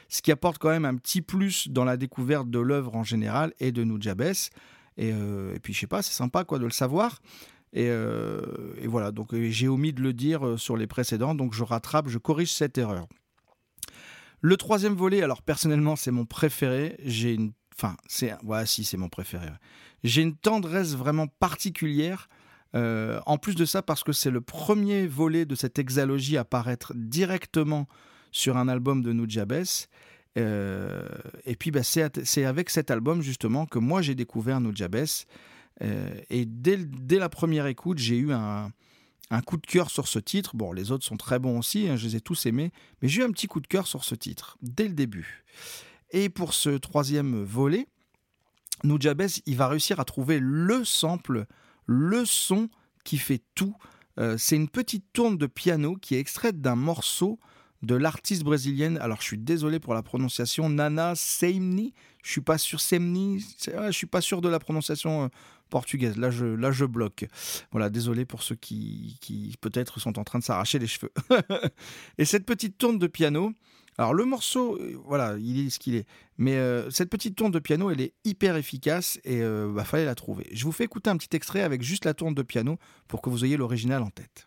Speaker 1: ce qui apporte quand même un petit plus dans la découverte de l'œuvre en général et de Nujabes. Et, euh, et puis je sais pas, c'est sympa quoi de le savoir. Et, euh, et voilà, donc j'ai omis de le dire sur les précédents, donc je rattrape, je corrige cette erreur. Le troisième volet, alors personnellement c'est mon préféré, j'ai une, enfin c'est, ouais si c'est mon préféré, j'ai une tendresse vraiment particulière. Euh, en plus de ça, parce que c'est le premier volet de cette hexalogie à paraître directement sur un album de Nujabes. Euh, et puis bah, c'est, c'est avec cet album justement que moi j'ai découvert Nujabes. Euh, et dès, dès la première écoute, j'ai eu un, un coup de cœur sur ce titre. Bon, les autres sont très bons aussi, hein, je les ai tous aimés, mais j'ai eu un petit coup de cœur sur ce titre, dès le début. Et pour ce troisième volet, Nujabes, il va réussir à trouver le sample, le son qui fait tout. Euh, c'est une petite tourne de piano qui est extraite d'un morceau de l'artiste brésilienne, alors je suis désolé pour la prononciation, Nana Seimni, je suis pas sûr, Seimni, je suis pas sûr de la prononciation euh, portugaise, là je, là je bloque. Voilà, désolé pour ceux qui, qui peut-être sont en train de s'arracher les cheveux. Et cette petite tourne de piano, alors le morceau, voilà, il est ce qu'il est, mais euh, cette petite tourne de piano, elle est hyper efficace et euh, bah, fallait la trouver. Je vous fais écouter un petit extrait avec juste la tourne de piano pour que vous ayez l'original en tête.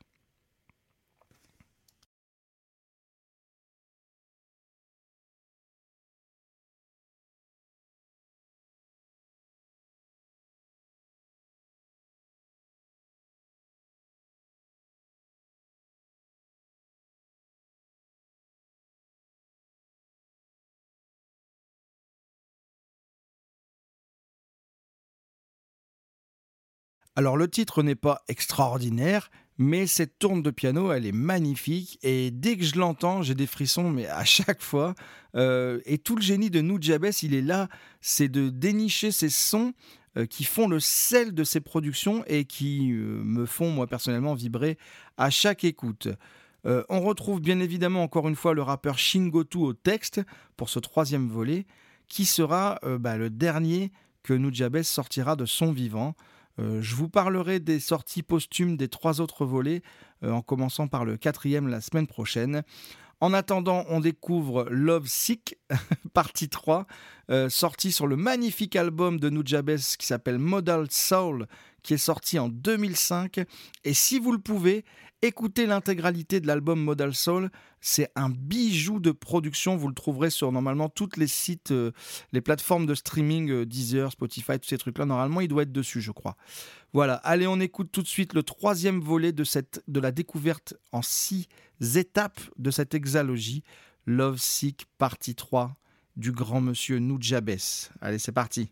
Speaker 1: Alors le titre n'est pas extraordinaire, mais cette tourne de piano, elle est magnifique. Et dès que je l'entends, j'ai des frissons, mais à chaque fois. Euh, et tout le génie de Nujabes, il est là, c'est de dénicher ces sons euh, qui font le sel de ses productions et qui euh, me font, moi personnellement, vibrer à chaque écoute. Euh, on retrouve bien évidemment encore une fois le rappeur Shingotu au texte pour ce troisième volet, qui sera euh, bah, le dernier que Nujabes sortira de son vivant. Euh, je vous parlerai des sorties posthumes des trois autres volets, euh, en commençant par le quatrième la semaine prochaine. En attendant, on découvre Love Sick, partie trois, euh, sortie sur le magnifique album de Nujabes qui s'appelle Modal Soul, qui est sorti en deux mille cinq. Et si vous le pouvez, écoutez l'intégralité de l'album Modal Soul. C'est un bijou de production. Vous le trouverez sur normalement toutes les sites, euh, les plateformes de streaming, euh, Deezer, Spotify, tous ces trucs-là. Normalement, il doit être dessus, je crois. Voilà, allez, on écoute tout de suite le troisième volet de, cette, de la découverte en six étapes de cette hexalogie. Love Sick, partie trois, du grand monsieur Nujabes. Allez, c'est parti.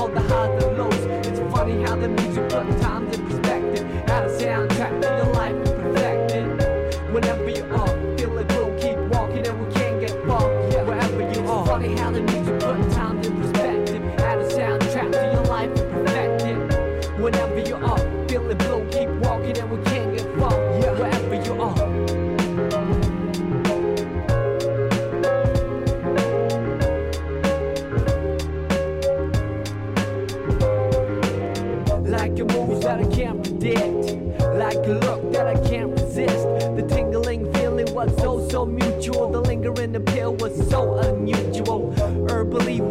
Speaker 6: How the music put times in perspective, add a soundtrack to your life.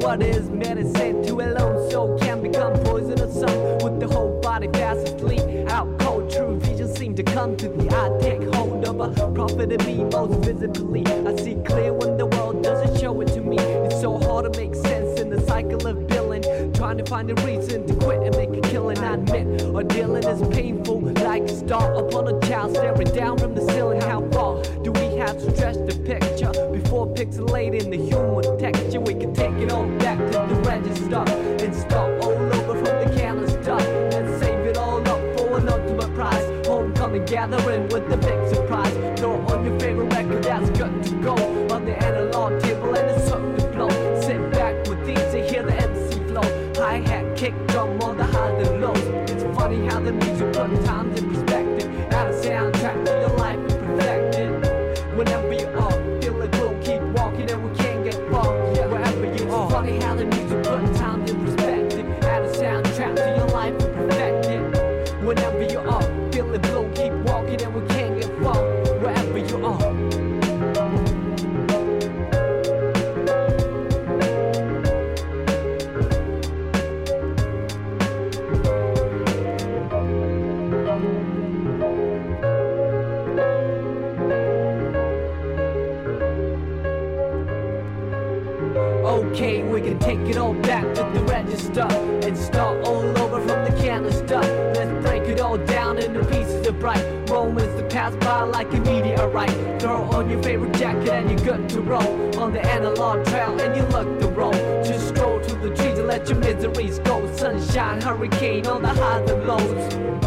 Speaker 6: What is medicine to a lone soul can become poisonous. Some with the whole body fast asleep. Out cold, true vision seem to come to the eye. Take hold of a prophet of me most visibly. I see clear when the world doesn't show it to me. It's so hard to make sense in the cycle of billing. Trying to find a reason to quit and make a killing. I admit, or dealing is painful. Like a star upon a child staring down from the ceiling. How far do we have to stretch the picture before pixelating the human texture? We can take it all back to the register and start all over from the can of stuff and save it all up for an ultimate prize. Homecoming gathering with the big surprise. Throw on your favorite record that's good to go on the analog table and it's up to blow. Sit back with these and hear the M C flow. Hi-hat, kick drum on the highs and lows. It's funny how the music puts times in perspective. Add a soundtrack to your life and perfect it. Whenever you are, feel it, we'll keep walking and we can't get far. Yeah, wherever you are. It's funny how the music puts times in perspective. Add a soundtrack to your life and perfect it. Whenever you are, feel it, we'll keep walking and we can't get far. Wherever you are. Okay, we can take it all back to the register and start all over from the canister. Let's break it all down into pieces of bright moments that pass by like a meteorite. Throw on your favorite jacket and you're good to roll on the analog trail and you look the roll. Just stroll to the trees and let your miseries go. Sunshine, hurricane, all the highs and lows.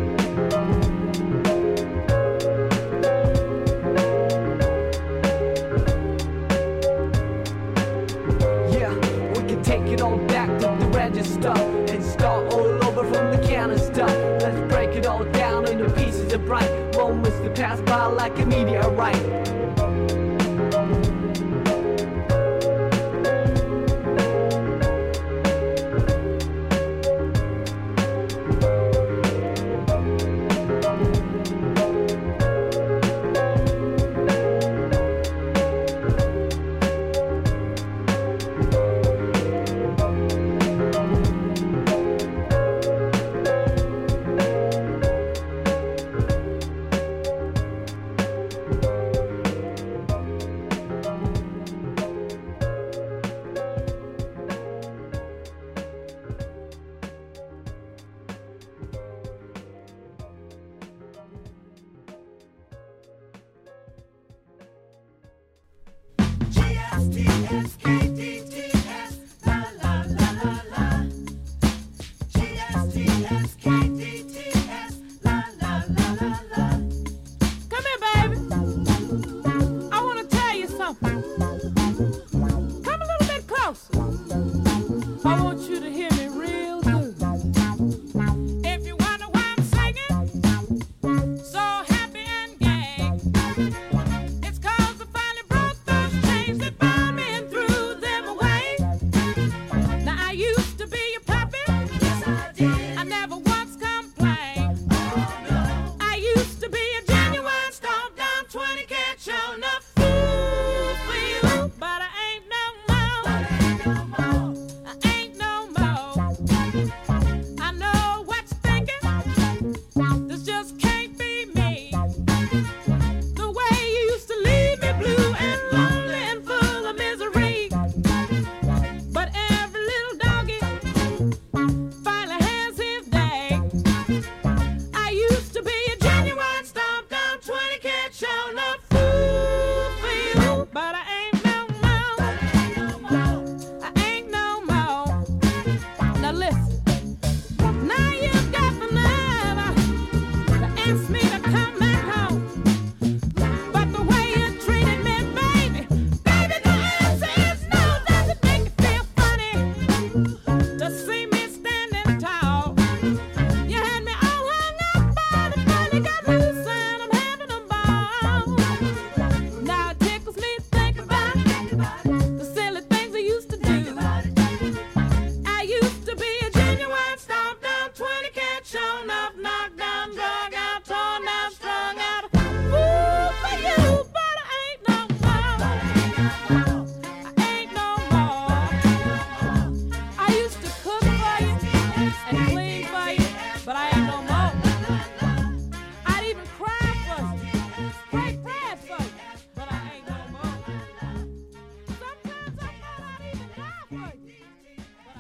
Speaker 6: Register and start all over from the canister. Let's break it all down into pieces of bright moments that pass by like a meteorite.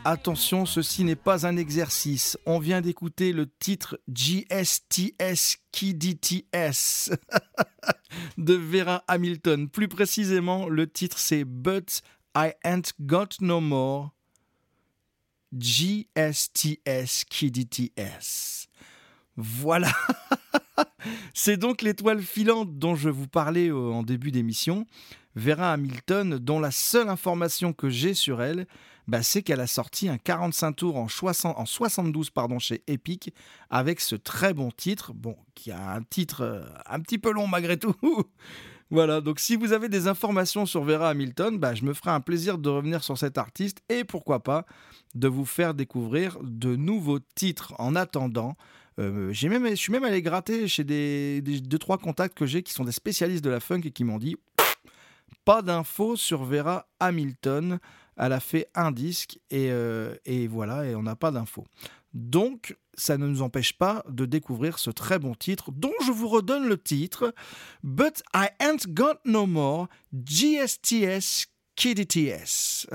Speaker 1: attention, ceci n'est pas un exercice. On vient d'écouter le titre G S T S Kiddy T S de Vera Hamilton. Plus précisément, le titre c'est But I Ain't Got No More G S T S Kiddy T S. Voilà. C'est donc l'étoile filante dont je vous parlais en début d'émission. Vera Hamilton, dont la seule information que j'ai sur elle, bah, c'est qu'elle a sorti un quarante-cinq tours en, soixante, en soixante-douze pardon, chez Epic, avec ce très bon titre, bon, qui a un titre euh, un petit peu long malgré tout. Voilà, donc si vous avez des informations sur Vera Hamilton, bah, je me ferai un plaisir de revenir sur cet artiste et pourquoi pas de vous faire découvrir de nouveaux titres en attendant. Euh, j'ai même, je suis même allé gratter chez des, des deux trois contacts que j'ai qui sont des spécialistes de la funk et qui m'ont dit pas d'infos sur Vera Hamilton. Elle a fait un disque et, euh, et voilà, et on n'a pas d'infos. Donc, ça ne nous empêche pas de découvrir ce très bon titre dont je vous redonne le titre But I Ain't Got No More G S T S Kiddy T S.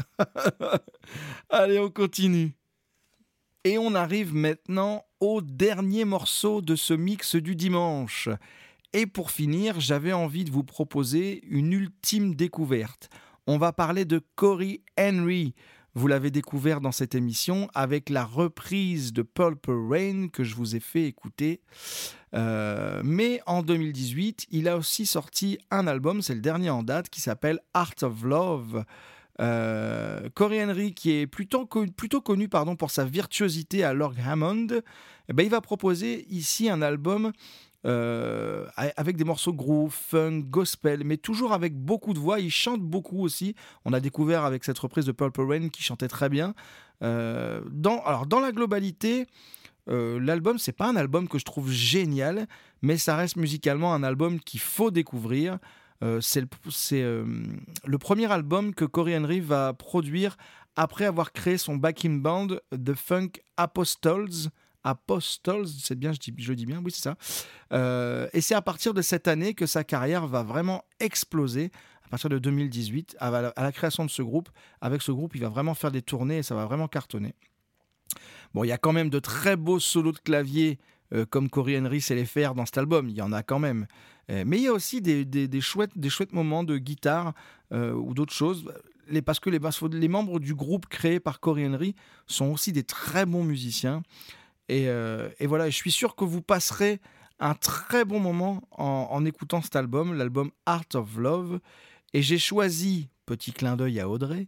Speaker 1: Allez, on continue. Et on arrive maintenant au dernier morceau de ce mix du dimanche. Et pour finir, j'avais envie de vous proposer une ultime découverte. On va parler de Cory Henry. Vous l'avez découvert dans cette émission avec la reprise de Purple Rain que je vous ai fait écouter. Euh, mais en deux mille dix-huit, il a aussi sorti un album, c'est le dernier en date, qui s'appelle Art of Love. Euh, Cory Henry, qui est plutôt, connu, plutôt connu pardon, pour sa virtuosité à l'orgue Hammond, eh ben, il va proposer ici un album euh, avec des morceaux groove, funk, gospel, mais toujours avec beaucoup de voix. Il chante beaucoup aussi. On a découvert avec cette reprise de Purple Rain qu'il chantait très bien. Euh, dans, alors, dans la globalité, euh, l'album, c'est pas un album que je trouve génial, mais ça reste musicalement un album qu'il faut découvrir. Euh, c'est, le, c'est euh, le premier album que Cory Henry va produire après avoir créé son backing band The Funk Apostles. Apostles, c'est bien, je dis, je dis bien, oui c'est ça. Euh, et c'est à partir de cette année que sa carrière va vraiment exploser. À partir de deux mille dix-huit, à la, à la création de ce groupe. Avec ce groupe, il va vraiment faire des tournées et ça va vraiment cartonner. Bon, il y a quand même de très beaux solos de clavier euh, comme Cory Henry sait les faire dans cet album. Il y en a quand même. Euh, mais il y a aussi des, des, des, chouettes, des chouettes moments de guitare euh, ou d'autres choses. Les, parce que les, les membres du groupe créé par Cory Henry sont aussi des très bons musiciens. Et, euh, et voilà, je suis sûr que vous passerez un très bon moment en, en écoutant cet album, l'album Art of Love. Et j'ai choisi, petit clin d'œil à Audrey,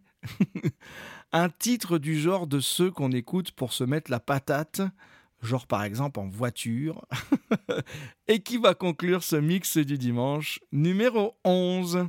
Speaker 1: un titre du genre de ceux qu'on écoute pour se mettre la patate, genre par exemple en voiture, et qui va conclure ce mix du dimanche numéro onze.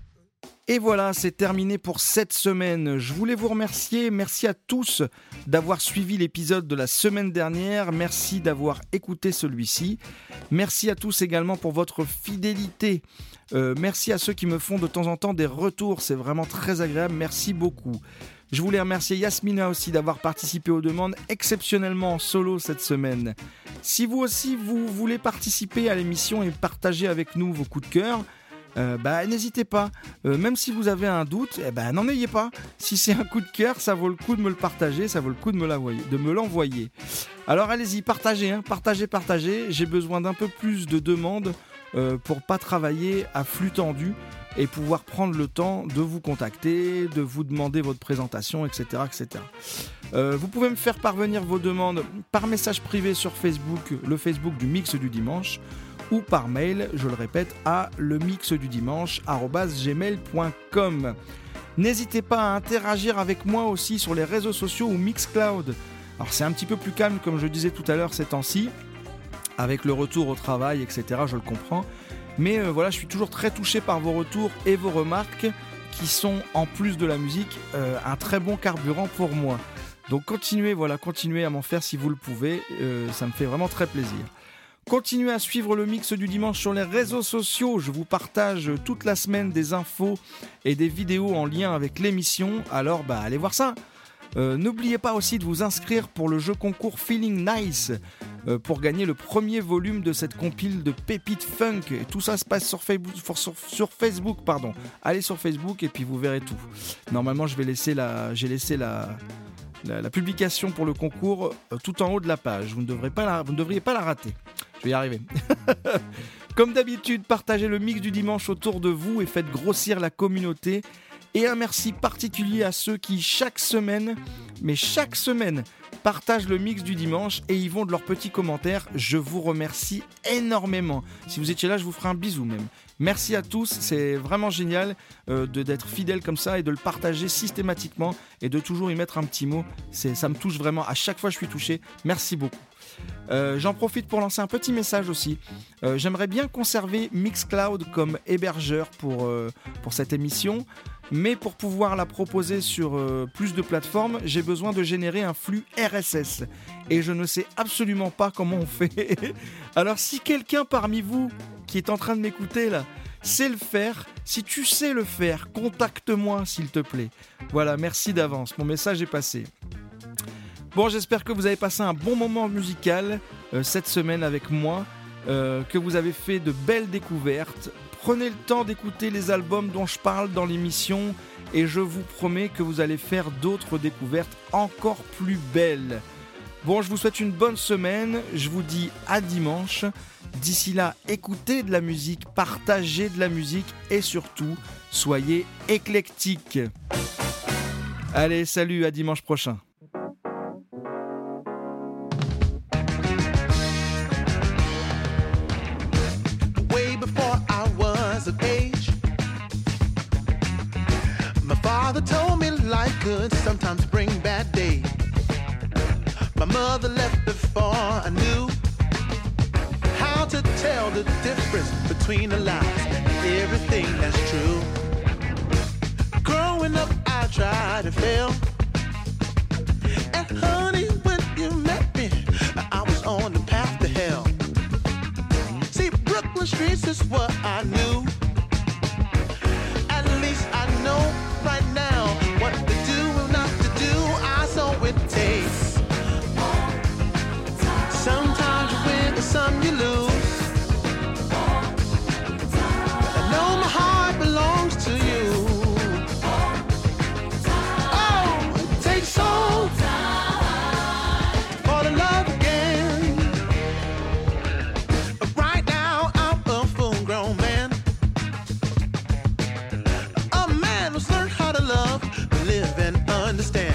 Speaker 1: Et voilà, c'est terminé pour cette semaine. Je voulais vous remercier. Merci à tous d'avoir suivi l'épisode de la semaine dernière. Merci d'avoir écouté celui-ci. Merci à tous également pour votre fidélité. Euh, merci à ceux qui me font de temps en temps des retours. C'est vraiment très agréable. Merci beaucoup. Je voulais remercier Yasmina aussi d'avoir participé aux demandes exceptionnellement en solo cette semaine. Si vous aussi, vous voulez participer à l'émission et partager avec nous vos coups de cœur, Euh, bah, n'hésitez pas, euh, même si vous avez un doute, eh ben, n'en ayez pas. Si c'est un coup de cœur, ça vaut le coup de me le partager, ça vaut le coup de me l'envoyer. De me l'envoyer. Alors allez-y, partagez, hein, partagez, partagez. J'ai besoin d'un peu plus de demandes euh, pour pas travailler à flux tendu et pouvoir prendre le temps de vous contacter, de vous demander votre présentation, et cetera, et cetera. Euh, vous pouvez me faire parvenir vos demandes par message privé sur Facebook, le Facebook du Mix du Dimanche, ou par mail, je le répète, à lemixdudimanche arobase gmail point com. N'hésitez pas à interagir avec moi aussi sur les réseaux sociaux ou Mixcloud. Alors c'est un petit peu plus calme, comme je disais tout à l'heure ces temps-ci, avec le retour au travail, et cetera, je le comprends. Mais euh, voilà, je suis toujours très touché par vos retours et vos remarques, qui sont, en plus de la musique, euh, un très bon carburant pour moi. Donc continuez, voilà, continuez à m'en faire si vous le pouvez, euh, ça me fait vraiment très plaisir. Continuez à suivre le Mix du Dimanche sur les réseaux sociaux. Je vous partage toute la semaine des infos et des vidéos en lien avec l'émission. Alors, bah, allez voir ça. Euh, n'oubliez pas aussi de vous inscrire pour le jeu concours Feeling Nice euh, pour gagner le premier volume de cette compile de pépites funk. Et tout ça se passe sur Facebook, sur, sur Facebook, pardon. Allez sur Facebook et puis vous verrez tout. Normalement, je vais laisser la, j'ai laissé la... la, la publication pour le concours euh, tout en haut de la page. Vous ne, devrez pas la, vous ne devriez pas la rater. Je vais y arriver. Comme d'habitude, partagez le mix du dimanche autour de vous et faites grossir la communauté. Et un merci particulier à ceux qui, chaque semaine, mais chaque semaine, partagent le mix du dimanche et y vont de leurs petits commentaires. Je vous remercie énormément. Si vous étiez là, je vous ferai un bisou même. Merci à tous, c'est vraiment génial euh, de, d'être fidèle comme ça et de le partager systématiquement et de toujours y mettre un petit mot. C'est, ça me touche vraiment, à chaque fois je suis touché. Merci beaucoup. Euh, j'en profite pour lancer un petit message aussi. Euh, j'aimerais bien conserver Mixcloud comme hébergeur pour, euh, pour cette émission. Mais pour pouvoir la proposer sur euh, plus de plateformes, j'ai besoin de générer un flux R S S. Et je ne sais absolument pas comment on fait. Alors si quelqu'un parmi vous qui est en train de m'écouter là, sait le faire, si tu sais le faire, contacte-moi s'il te plaît. Voilà, merci d'avance, mon message est passé. Bon, j'espère que vous avez passé un bon moment musical euh, cette semaine avec moi, euh, que vous avez fait de belles découvertes. Prenez le temps d'écouter les albums dont je parle dans l'émission et je vous promets que vous allez faire d'autres découvertes encore plus belles. Bon, je vous souhaite une bonne semaine, je vous dis à dimanche. D'ici là, écoutez de la musique, partagez de la musique et surtout, soyez éclectiques. Allez, salut, à dimanche prochain.
Speaker 3: Of age, my father told me life could sometimes bring bad days. My mother left before I knew how to tell the difference between the lies and everything that's true. Growing up, I tried to fail, and honey, when you met me, I was on the path to hell. See, Brooklyn streets is what I knew. At least I know right now what to do and not to do. I saw it takes. Sometimes you win and some you lose. I know my heart belongs to you. Oh, it takes so for the love again. Right now I'm a full-grown man. A man who's learned how to love, live and understand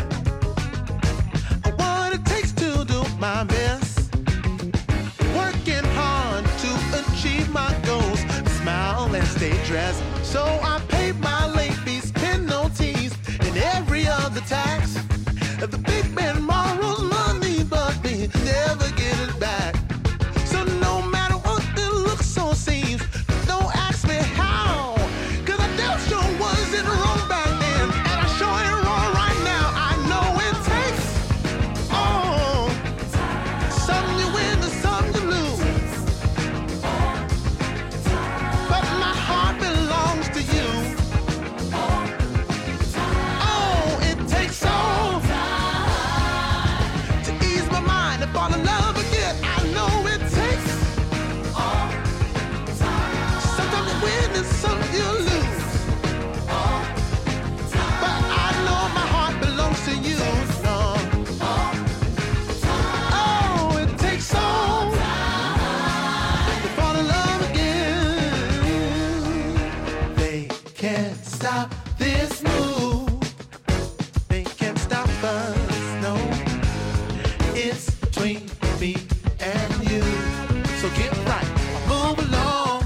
Speaker 3: what it takes to do my best. Working hard to achieve my goals, smile and stay dressed. So I pay my late fees, penalties, and every other tax. The big man borrows money, but we never get it back. So no matter what it looks or seems, don't ask me how, 'cause I damn sure wasn't wrong back then, and I sure ain't wrong right now. I know it takes, oh, some you win and some you lose, but my heart belongs to you. Oh, it takes so to ease my mind and fall in love again. I know it takes. Sometimes you win and some you lose, but I know my heart belongs to you. No. Oh, it takes so to fall in love again. They can't stop this move. They can't stop us, no. It's between me and you. So get right, move along,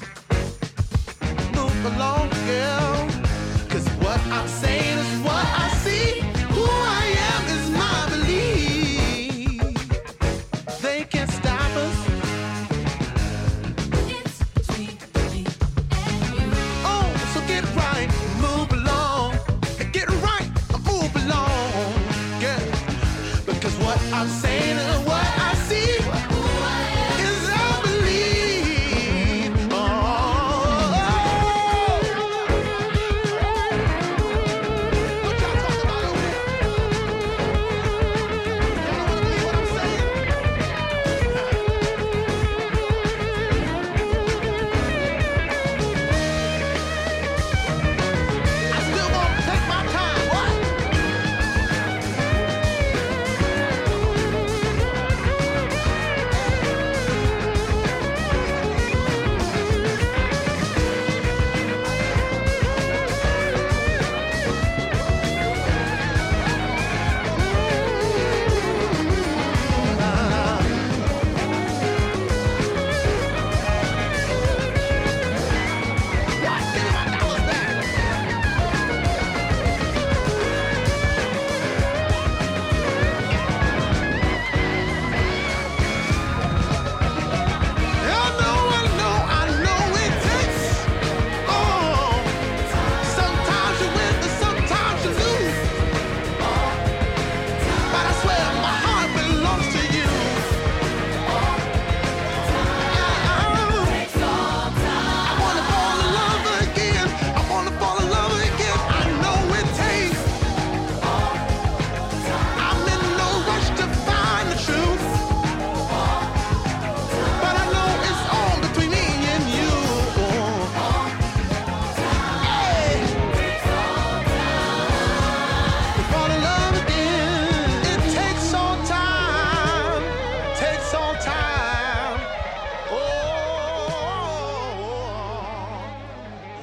Speaker 3: move along, girl. 'Cause what I'm saying is what I see. Who I am is my belief. They can't stop us. Oh, so get right, move along. Get right, move along, girl. Because what I'm saying is what I see. Is I believe. Oh, oh, oh.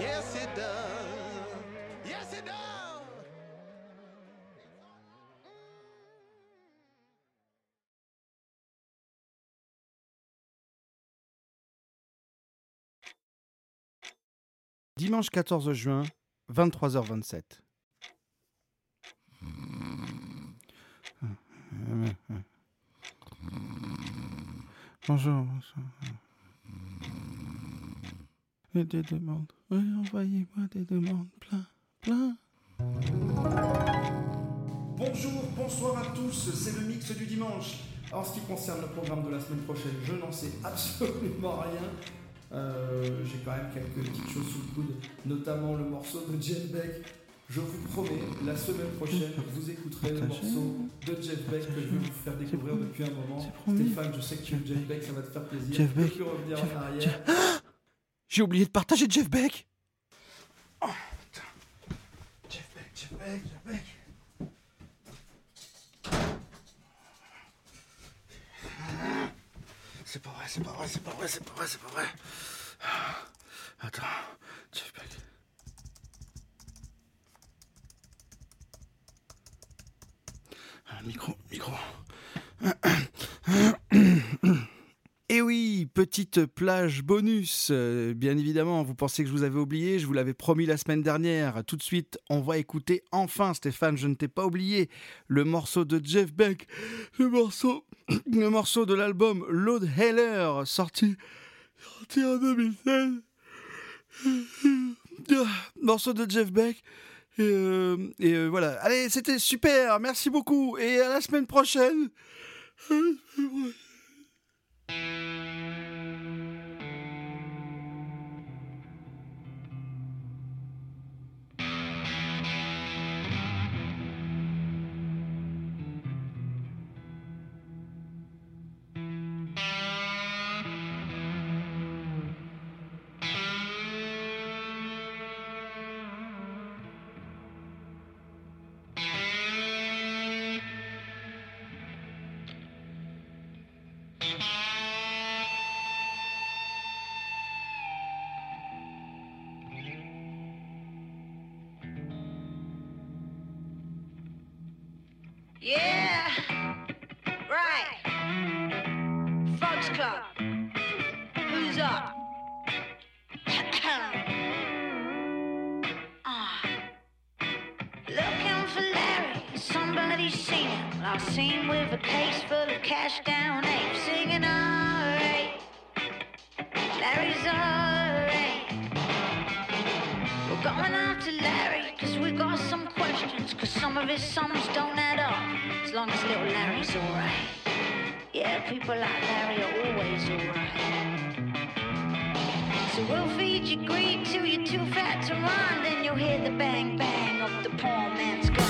Speaker 5: Yes, it does. Yes, it does.
Speaker 1: Dimanche quatorze juin, vingt-trois heures vingt-sept. Bonjour, bonjour. Et des demandes. Oui, envoyez-moi des demandes. Plein, plein. Bonjour, bonsoir à tous. C'est le mix du dimanche. En ce qui concerne le programme de la semaine prochaine, je n'en sais absolument rien. Euh, j'ai quand même quelques petites choses sous le coude, notamment le morceau de Jeff Beck. Je vous promets, la semaine prochaine, vous écouterez le morceau de Jeff Beck que je vais vous faire découvrir depuis un moment. Stéphane, je sais que tu aimes Jeff Beck, ça va te faire plaisir. Jeff Beck. Tu peux revenir en arrière. Ah, j'ai oublié de partager Jeff Beck. Oh putain. Jeff Beck, Jeff Beck, Jeff Beck. C'est pas vrai, c'est pas vrai, c'est pas vrai, c'est pas vrai, c'est pas vrai. Attends, Jeff Beck. Micro, micro. Et oui, petite plage bonus, euh, bien évidemment, vous pensez que je vous avais oublié, je vous l'avais promis la semaine dernière. Tout de suite, on va écouter enfin, Stéphane, je ne t'ai pas oublié, le morceau de Jeff Beck, le morceau, le morceau de l'album Load Heller, sorti, sorti en deux mille seize. Morceau de Jeff Beck. Et, euh, et euh, voilà. Allez, c'était super, merci beaucoup, et à la semaine prochaine. À la semaine prochaine.
Speaker 7: Yeah, right. Folks Club. Who's up? Ah, looking for Larry. Somebody seen him. I seen him with a case full of cash down apes, singing alright. Larry's alright. We're going after Larry, cause we got some questions, cause some of his sums don't add up, as long as little Larry's alright. Yeah, people like Larry are always alright. So we'll feed you greed till you're too fat to run, then you'll hear the bang bang of the poor man's gun.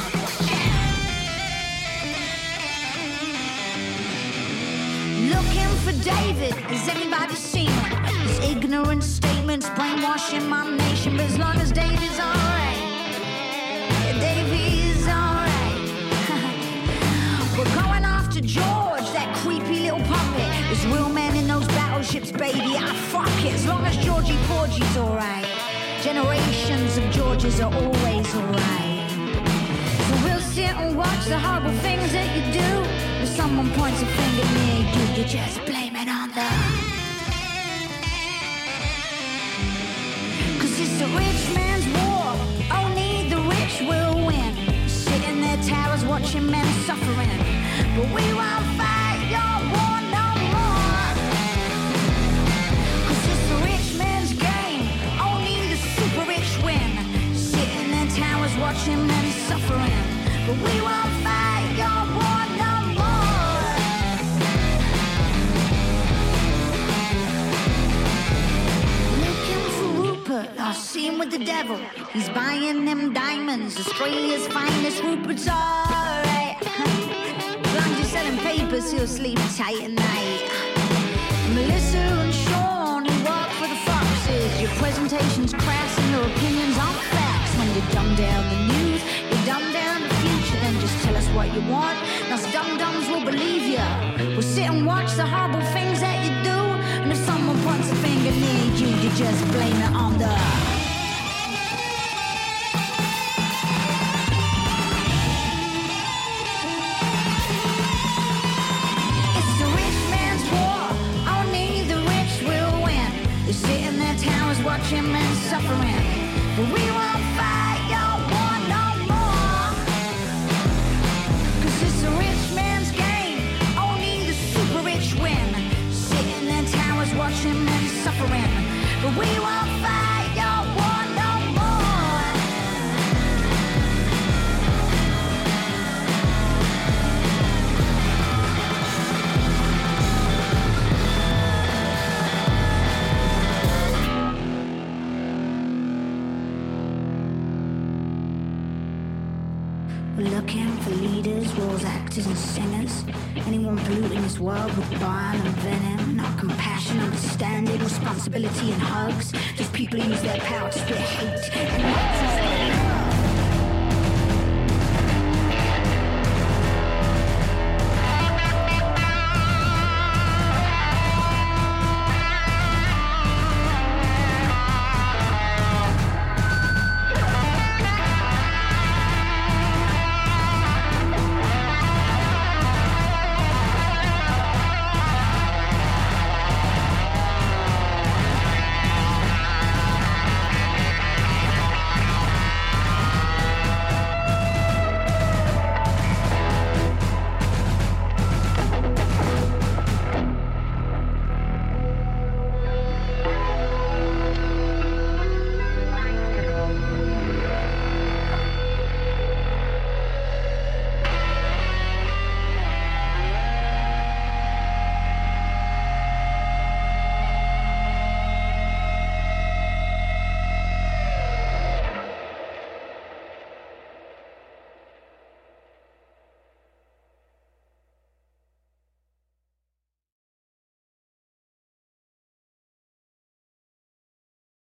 Speaker 7: Looking for David, has anybody seen him? His ignorant statements brainwashing my nation, but as long as David's alright, yeah, David's alright. We're going after George, that creepy little puppet. There's real men in those battleships, baby, ah fuck it, as long as Georgie Porgy's alright. Generations of Georges are always alright. So we'll sit and watch the horrible things that you do. If someone points a finger near you, you just blame it on the. Cause it's the rich man's war, only the rich will win. Sit in their towers watching men suffering, but we won't fight your war no more. Cause it's the rich man's game, only the super rich win. Sit in their towers watching men suffering, but we won't fight your war no more. Looking for Rupert, I see him with the devil. He's buying them diamonds, Australia's finest. Rupert's alright. As long as you're selling papers, he'll sleep tight at night. Melissa and Sean, who work for the Foxes. Your presentation's crass and your opinions aren't facts. When you dumb down the news, you dumb down the future, then just tell us what you want. Us dum-dums will believe you. We'll sit and watch the horrible things that you do, and if someone points a finger near you, you just blame it on the. watching men suffering. But we won't fight your war no more. Cause it's a rich man's game, only the super rich win. Sitting in towers watching men suffering. But we won't fight your war no more. We're looking for leaders, roles, actors and singers. Anyone polluting this world with bile and venom. Not compassion, understanding, responsibility and hugs. Just people who use their power to spread hate and